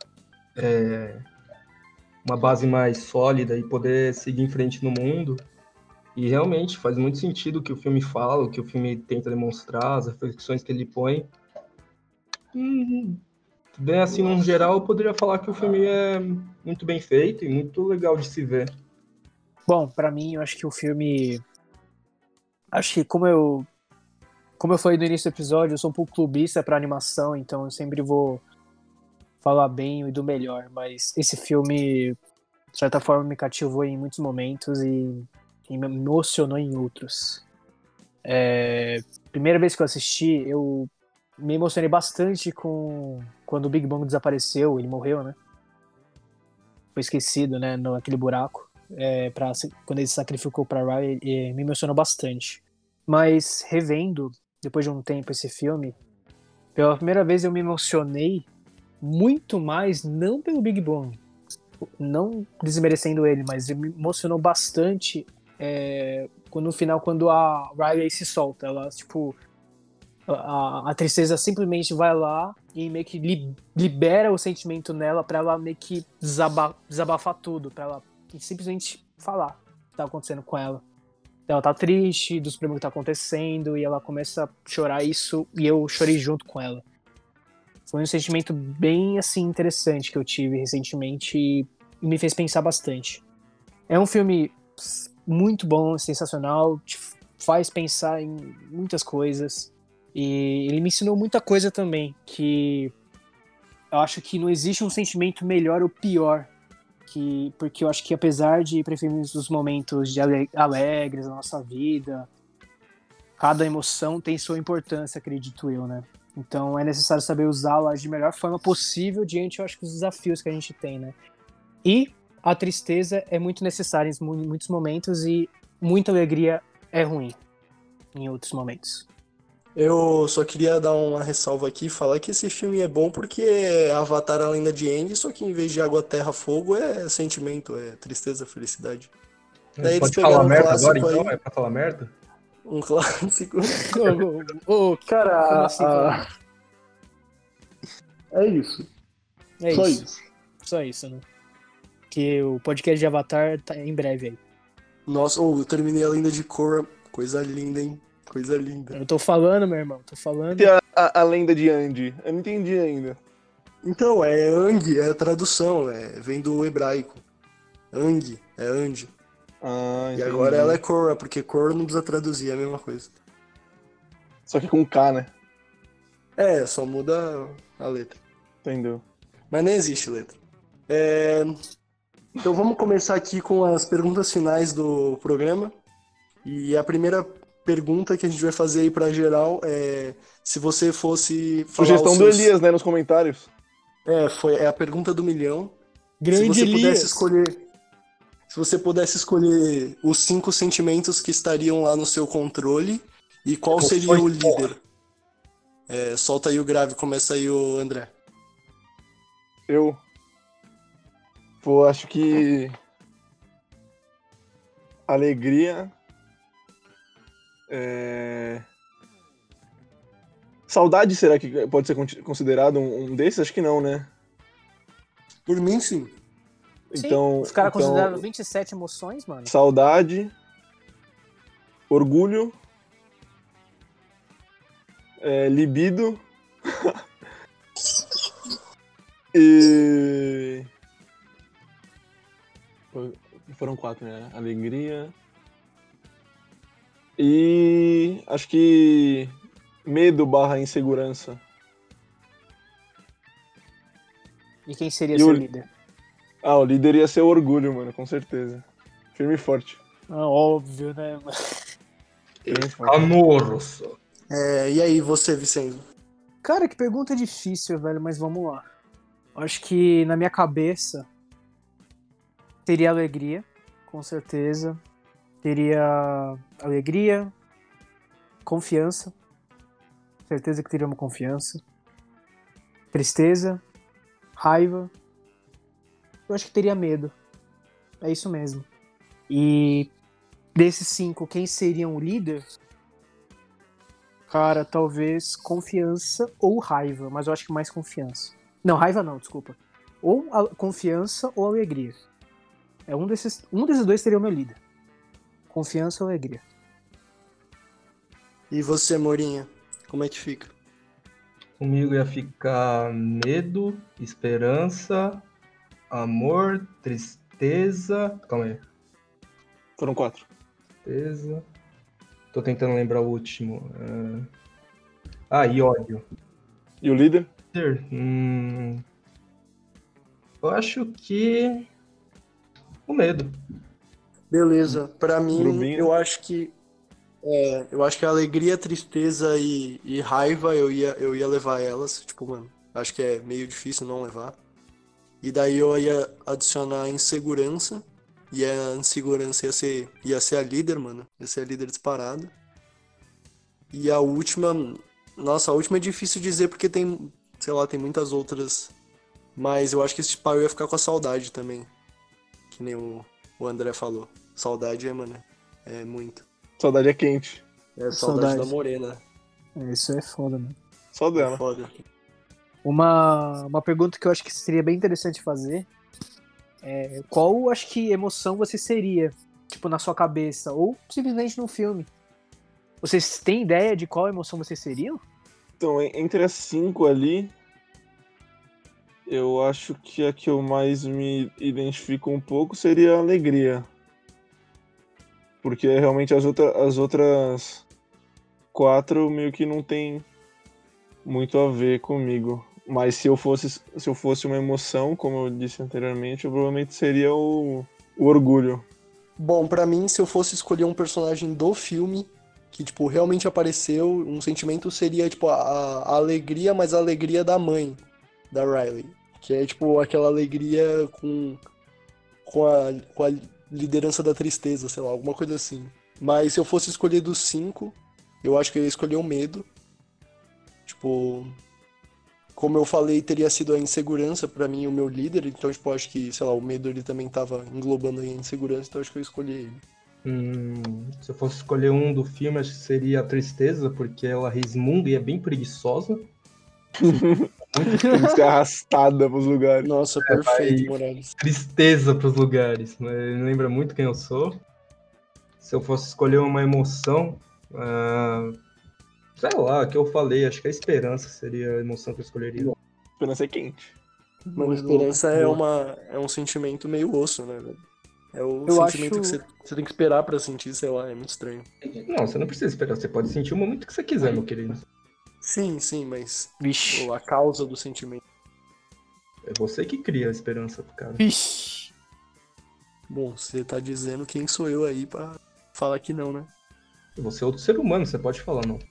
é, uma base mais sólida e poder seguir em frente no mundo. E realmente faz muito sentido o que o filme fala, o que o filme tenta demonstrar, as reflexões que ele põe. Hum, bem assim, no geral, eu poderia falar que o filme é muito bem feito e muito legal de se ver. Bom, pra mim, eu acho que o filme... Acho que como eu... Como eu falei no início do episódio, eu sou um pouco clubista pra animação, então eu sempre vou falar bem e do melhor. Mas esse filme, de certa forma, me cativou em muitos momentos e, e me emocionou em outros. É, primeira vez que eu assisti, eu me emocionei bastante com quando o Big Bang desapareceu, ele morreu, né? Foi esquecido, né, naquele buraco. É, pra, quando ele se sacrificou pra Riley, e me emocionou bastante. Mas revendo, depois de um tempo, esse filme, pela primeira vez eu me emocionei muito mais, não pelo Big Bang, não desmerecendo ele, mas me emocionou bastante é, quando, no final, quando a Riley se solta. Ela, tipo, a, a tristeza simplesmente vai lá e meio que li, libera o sentimento nela pra ela meio que desaba, desabafar tudo, pra ela simplesmente falar o que tá acontecendo com ela. Ela tá triste dos problemas que tá acontecendo e ela começa a chorar isso e eu chorei junto com ela. Foi um sentimento bem, assim, interessante que eu tive recentemente e me fez pensar bastante. É um filme muito bom, sensacional, te faz pensar em muitas coisas e ele me ensinou muita coisa também, que eu acho que não existe um sentimento melhor ou pior, que, porque eu acho que apesar de preferirmos os momentos de ale- alegres na nossa vida, cada emoção tem sua importância, acredito eu, né? Então é necessário saber usá-la de melhor forma possível diante, eu acho, que os desafios que a gente tem, né? E a tristeza é muito necessária em mu- muitos momentos e muita alegria é ruim em outros momentos. Eu só queria dar uma ressalva aqui e falar que esse filme é bom porque é Avatar a Lenda de Aang, só que em vez de água, terra, fogo é sentimento, é tristeza, felicidade. Daí eles Pode falar pegaram um merda agora, clássico então? aí, É pra falar merda? um clássico. Ô, ô, ô, Cara, como assim, a- é isso. É Só isso. isso. Só isso, né? Que o podcast de Avatar tá em breve aí. Nossa, oh, eu terminei a Lenda de Korra. Coisa linda, hein? Coisa linda. Eu tô falando, meu irmão, tô falando. E a, a, a lenda de Andy? Eu não entendi ainda. Então, é Ang, é a tradução, é, vem do hebraico. Ang, é Andy. Ah, E entendi. agora ela é Korra, porque Korra não precisa traduzir, é a mesma coisa. Só que com K, né? É, só muda a letra. Entendeu? Mas nem existe letra. É, Então vamos começar aqui com as perguntas finais do programa. E a primeira pergunta que a gente vai fazer aí pra geral é se você fosse falar Sugestão os do seus... Elias, né, nos comentários. É, foi, é a pergunta do milhão. Se Grande você pudesse Elias. escolher, se você pudesse escolher os cinco sentimentos que estariam lá no seu controle e qual Emoções, seria o líder? É, solta aí o grave, começa aí o André. Eu. Pô, acho que. Alegria. É... Saudade, será que pode ser con- considerado um, um desses? Acho que não, né? Por mim, sim. Sim, Então, os caras então, consideraram vinte e sete emoções, mano. saudade, orgulho, é, libido e foram quatro, né? Alegria e acho que medo barra insegurança. E quem seria E seu o- líder? Ah, o líder ia ser o orgulho, mano, com certeza. Firme e forte. Ah, óbvio, né, mano? Firme e forte. Amoroso. É, e aí, você, Vicente? Cara, que pergunta difícil, velho, mas vamos lá. Acho que na minha cabeça teria alegria, com certeza. Teria alegria, confiança. Certeza que teria uma confiança. Tristeza, raiva. Eu acho que teria medo. É isso mesmo. E desses cinco, quem seria o líder? Cara, talvez confiança ou raiva, mas eu acho que mais confiança. Não, raiva não, desculpa. Ou a- confiança ou alegria. É um desses, um desses dois seria o meu líder. Confiança ou alegria. E você, Morinha? Como é que fica? Comigo ia ficar medo, esperança, amor, tristeza. Calma aí. Foram quatro. Tristeza. Tô tentando lembrar o último. é, Ah, e ódio. E o líder? Hum... Eu acho que. O medo. Beleza, pra mim, Grubinho. eu acho que é, eu acho que a alegria, tristeza e, e raiva eu ia, eu ia levar elas, tipo, mano, acho que é meio difícil não levar. E daí eu ia adicionar a insegurança, e a insegurança ia ser, ia ser a líder, mano, ia ser a líder disparada. E a última, nossa, a última é difícil dizer porque tem, sei lá, tem muitas outras, mas eu acho que esse pau ia ficar com a saudade também, que nem o, o André falou. Saudade é, mano, é muito. Saudade é quente. É saudade, Saudade. da morena. É, isso é foda, mano. Só É dela. foda. Uma, uma pergunta que eu acho que seria bem interessante fazer é qual, acho que, emoção você seria, tipo, na sua cabeça, ou simplesmente no filme. Vocês têm ideia de qual emoção vocês seriam? Então, en- entre as cinco ali, eu acho que a que eu mais me identifico um pouco seria a alegria. Porque realmente as, outra, as outras quatro meio que não tem muito a ver comigo. Mas se eu fosse, se eu fosse uma emoção, como eu disse anteriormente, eu provavelmente seria o, o orgulho. Bom, pra mim, se eu fosse escolher um personagem do filme que, tipo, realmente apareceu, um sentimento seria, tipo, a, a alegria, mas a alegria da mãe da Riley. Que é, tipo, aquela alegria com, com a, com a liderança da tristeza, sei lá, alguma coisa assim. Mas se eu fosse escolher dos cinco, eu acho que eu ia escolher o medo. Tipo, como eu falei, teria sido a insegurança pra mim o meu líder, então, tipo, eu acho que, sei lá, o medo ele também tava englobando aí a insegurança, então eu acho que eu escolhi ele. Hum, se eu fosse escolher um do filme, acho que seria a tristeza, porque ela resmunga e é bem preguiçosa. Tem que ser arrastada pros lugares. Nossa, perfeito, vai- Morales. Tristeza pros lugares, né? Ele lembra muito quem eu sou. Se eu fosse escolher uma emoção, ah, sei lá, que eu falei, acho que a esperança seria a emoção que eu escolheria. Esperança é quente. Mano, esperança é, uma, é um sentimento meio osso, né, velho? É o Eu sentimento acho- que você, você tem que esperar pra sentir, sei lá, é muito estranho. Não, você não precisa esperar, você pode sentir o momento que você quiser, meu querido. Sim, sim, mas Vixe. pô, a causa do sentimento. É você que cria a esperança pro cara. Vixe. Bom, você tá dizendo quem sou eu aí pra falar que não, né? Você é outro ser humano, você pode falar não.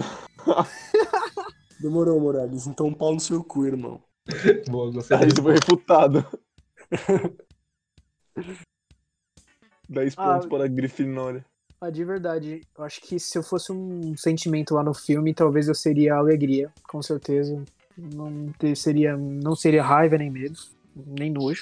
Demorou, Morales. Então pau no seu cu, irmão. Boa, gostei Aí você foi refutado. dez Ah, pontos para a Grifinória. Ah, de verdade, eu acho que se eu fosse um sentimento lá no filme, talvez eu seria alegria, com certeza. Não ter- seria, não seria raiva nem medo, nem nojo.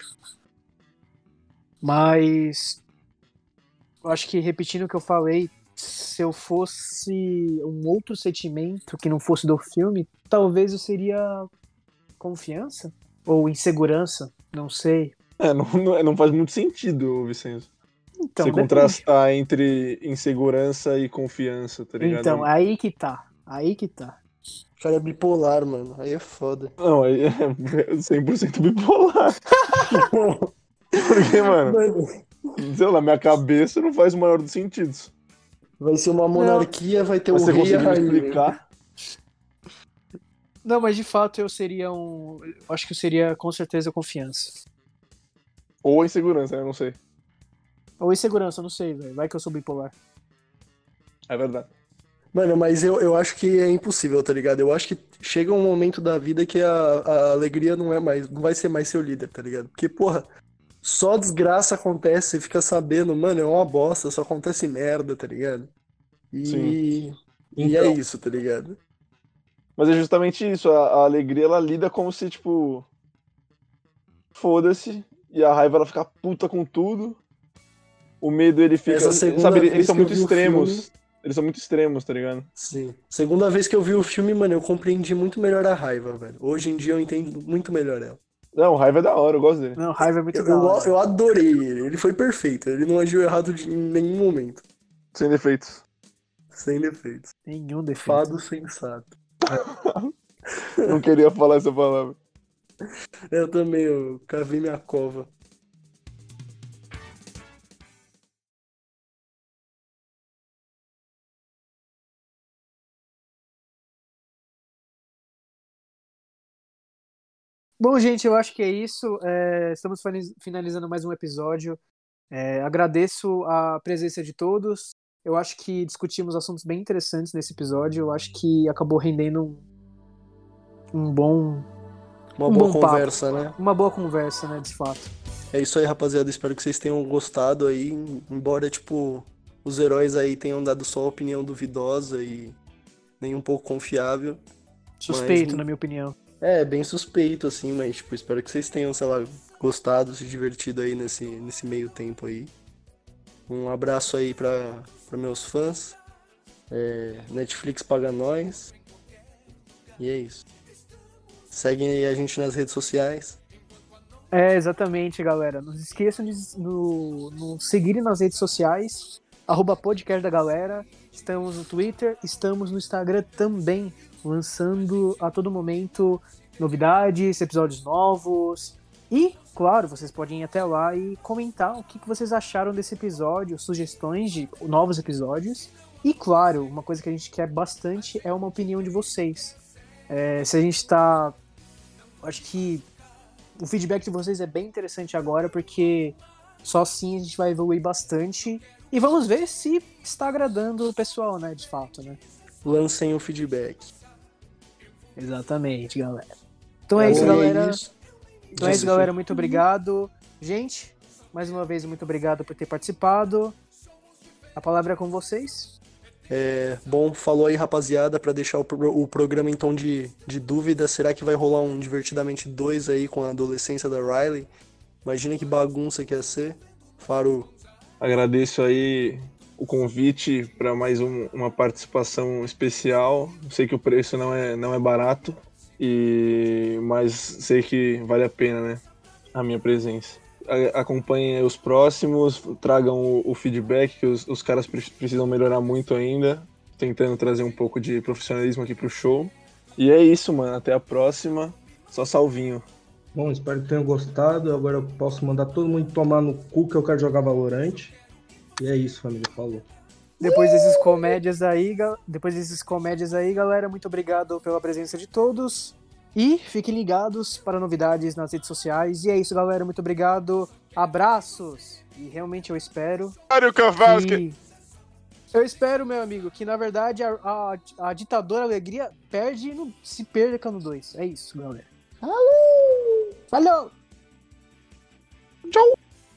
Mas eu acho que repetindo o que eu falei, se eu fosse um outro sentimento que não fosse do filme, talvez eu seria confiança ou insegurança, não sei. É, não, não, não faz muito sentido, Vicenzo. Então, Você depende. contrastar entre insegurança e confiança, tá ligado? Então, aí que tá. Aí que tá. O cara é bipolar, mano. Aí é foda. Não, aí é cem por cento bipolar. Porque, mano, Mano, sei lá, na minha cabeça não faz o maior dos sentidos. vai ser uma monarquia, vai ter o Você rei e a conseguiu me rainha. explicar? Não, mas de fato eu seria um. Eu acho que eu seria com certeza confiança. Ou insegurança, né? Eu não sei. Ou insegurança, eu não sei, velho. Vai que eu sou bipolar. É verdade. Mano, mas eu, eu acho que é impossível, tá ligado? Eu acho que chega um momento da vida que a, a alegria não é mais, não vai ser mais seu líder, tá ligado? Porque, porra, só desgraça acontece, você fica sabendo, mano, é uma bosta, só acontece merda, tá ligado? E, Sim. e Então. é isso, tá ligado? Mas é justamente isso, a, a alegria ela lida como se, tipo, foda-se, e a raiva ela fica puta com tudo. O medo ele fica. Essa segunda Sabe, vez eles são que eu muito vi o extremos. filme- Eles são muito extremos, tá ligado? Sim. Segunda vez que eu vi o filme, mano, eu compreendi muito melhor a raiva, velho. Hoje em dia eu entendo muito melhor ela. Não, raiva é da hora, eu gosto dele. Não, raiva é muito Eu, da eu, hora. eu adorei ele, ele foi perfeito, ele não agiu errado de- em nenhum momento. Sem defeitos. Sem defeitos. Nenhum defeito. Fado sensato. Não queria falar essa palavra. Eu também, eu cavei minha cova. Bom, gente, eu acho que é isso. É, estamos fini- finalizando mais um episódio. É, agradeço a presença de todos. Eu acho que discutimos assuntos bem interessantes nesse episódio. Eu acho que acabou rendendo um, um bom, Uma Um boa bom papo. conversa, né? uma boa conversa, né, de fato. É isso aí, rapaziada. Espero que vocês tenham gostado aí. Embora, tipo, os heróis aí tenham dado só opinião duvidosa e nem um pouco confiável. Suspeito, Mas- na minha opinião. É, bem suspeito, assim, mas, tipo, espero que vocês tenham, sei lá, gostado, se divertido aí nesse, nesse meio tempo aí. Um abraço aí pra, pra meus fãs. É, Netflix paga nós. E é isso. Seguem aí a gente nas redes sociais. É, exatamente, galera. Não se esqueçam de no, no seguirem nas redes sociais, arroba podcast da galera. Estamos no Twitter, estamos no Instagram também, lançando a todo momento novidades, episódios novos. E, claro, vocês podem ir até lá e comentar o que que vocês acharam desse episódio, sugestões de novos episódios. E, claro, uma coisa que a gente quer bastante é uma opinião de vocês. É, se a gente tá... Acho que o feedback de vocês é bem interessante agora, porque só assim a gente vai evoluir bastante. E vamos ver se está agradando o pessoal, né, de fato, né? Lancem o feedback. Exatamente, galera. Então é isso, Bom, e galera. isso. Então é isso, galera. Muito obrigado. Gente, mais uma vez, muito obrigado por ter participado. A palavra é com vocês. É, bom, falou aí, rapaziada, pra deixar o, pro- o programa em tom de, de dúvida. Será que vai rolar um Divertidamente dois aí com a adolescência da Riley? Imagina que bagunça que ia ser. Faro, Agradeço aí o convite para mais um- uma participação especial. Sei que o preço não é, não é barato, e mas sei que vale a pena, né? A minha presença. A- Acompanhem os próximos, tragam o, o feedback, que os, os caras pre- precisam melhorar muito ainda. Tentando trazer um pouco de profissionalismo aqui pro show. E é isso, mano. Até a próxima. Só salvinho. Bom, espero que tenham gostado. Agora eu posso mandar todo mundo tomar no cu que eu quero jogar Valorant. E é isso, família. Falou. Depois desses comédias aí, gal- depois desses comédias aí, galera, muito obrigado pela presença de todos. E fiquem ligados para novidades nas redes sociais. E é isso, galera. Muito obrigado. Abraços. E realmente eu espero Mário Kowalski. que... Eu espero, meu amigo, que na verdade a, a, a ditadora alegria perde e não se perca no dois. É isso, galera. Falou! Falou! Tchau.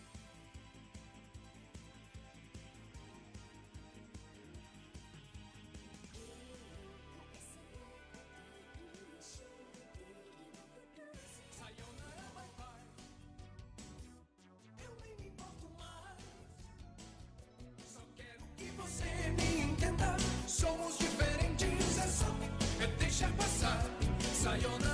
Você me entenda, somos diferentes, é só é deixar passar. Sayonara.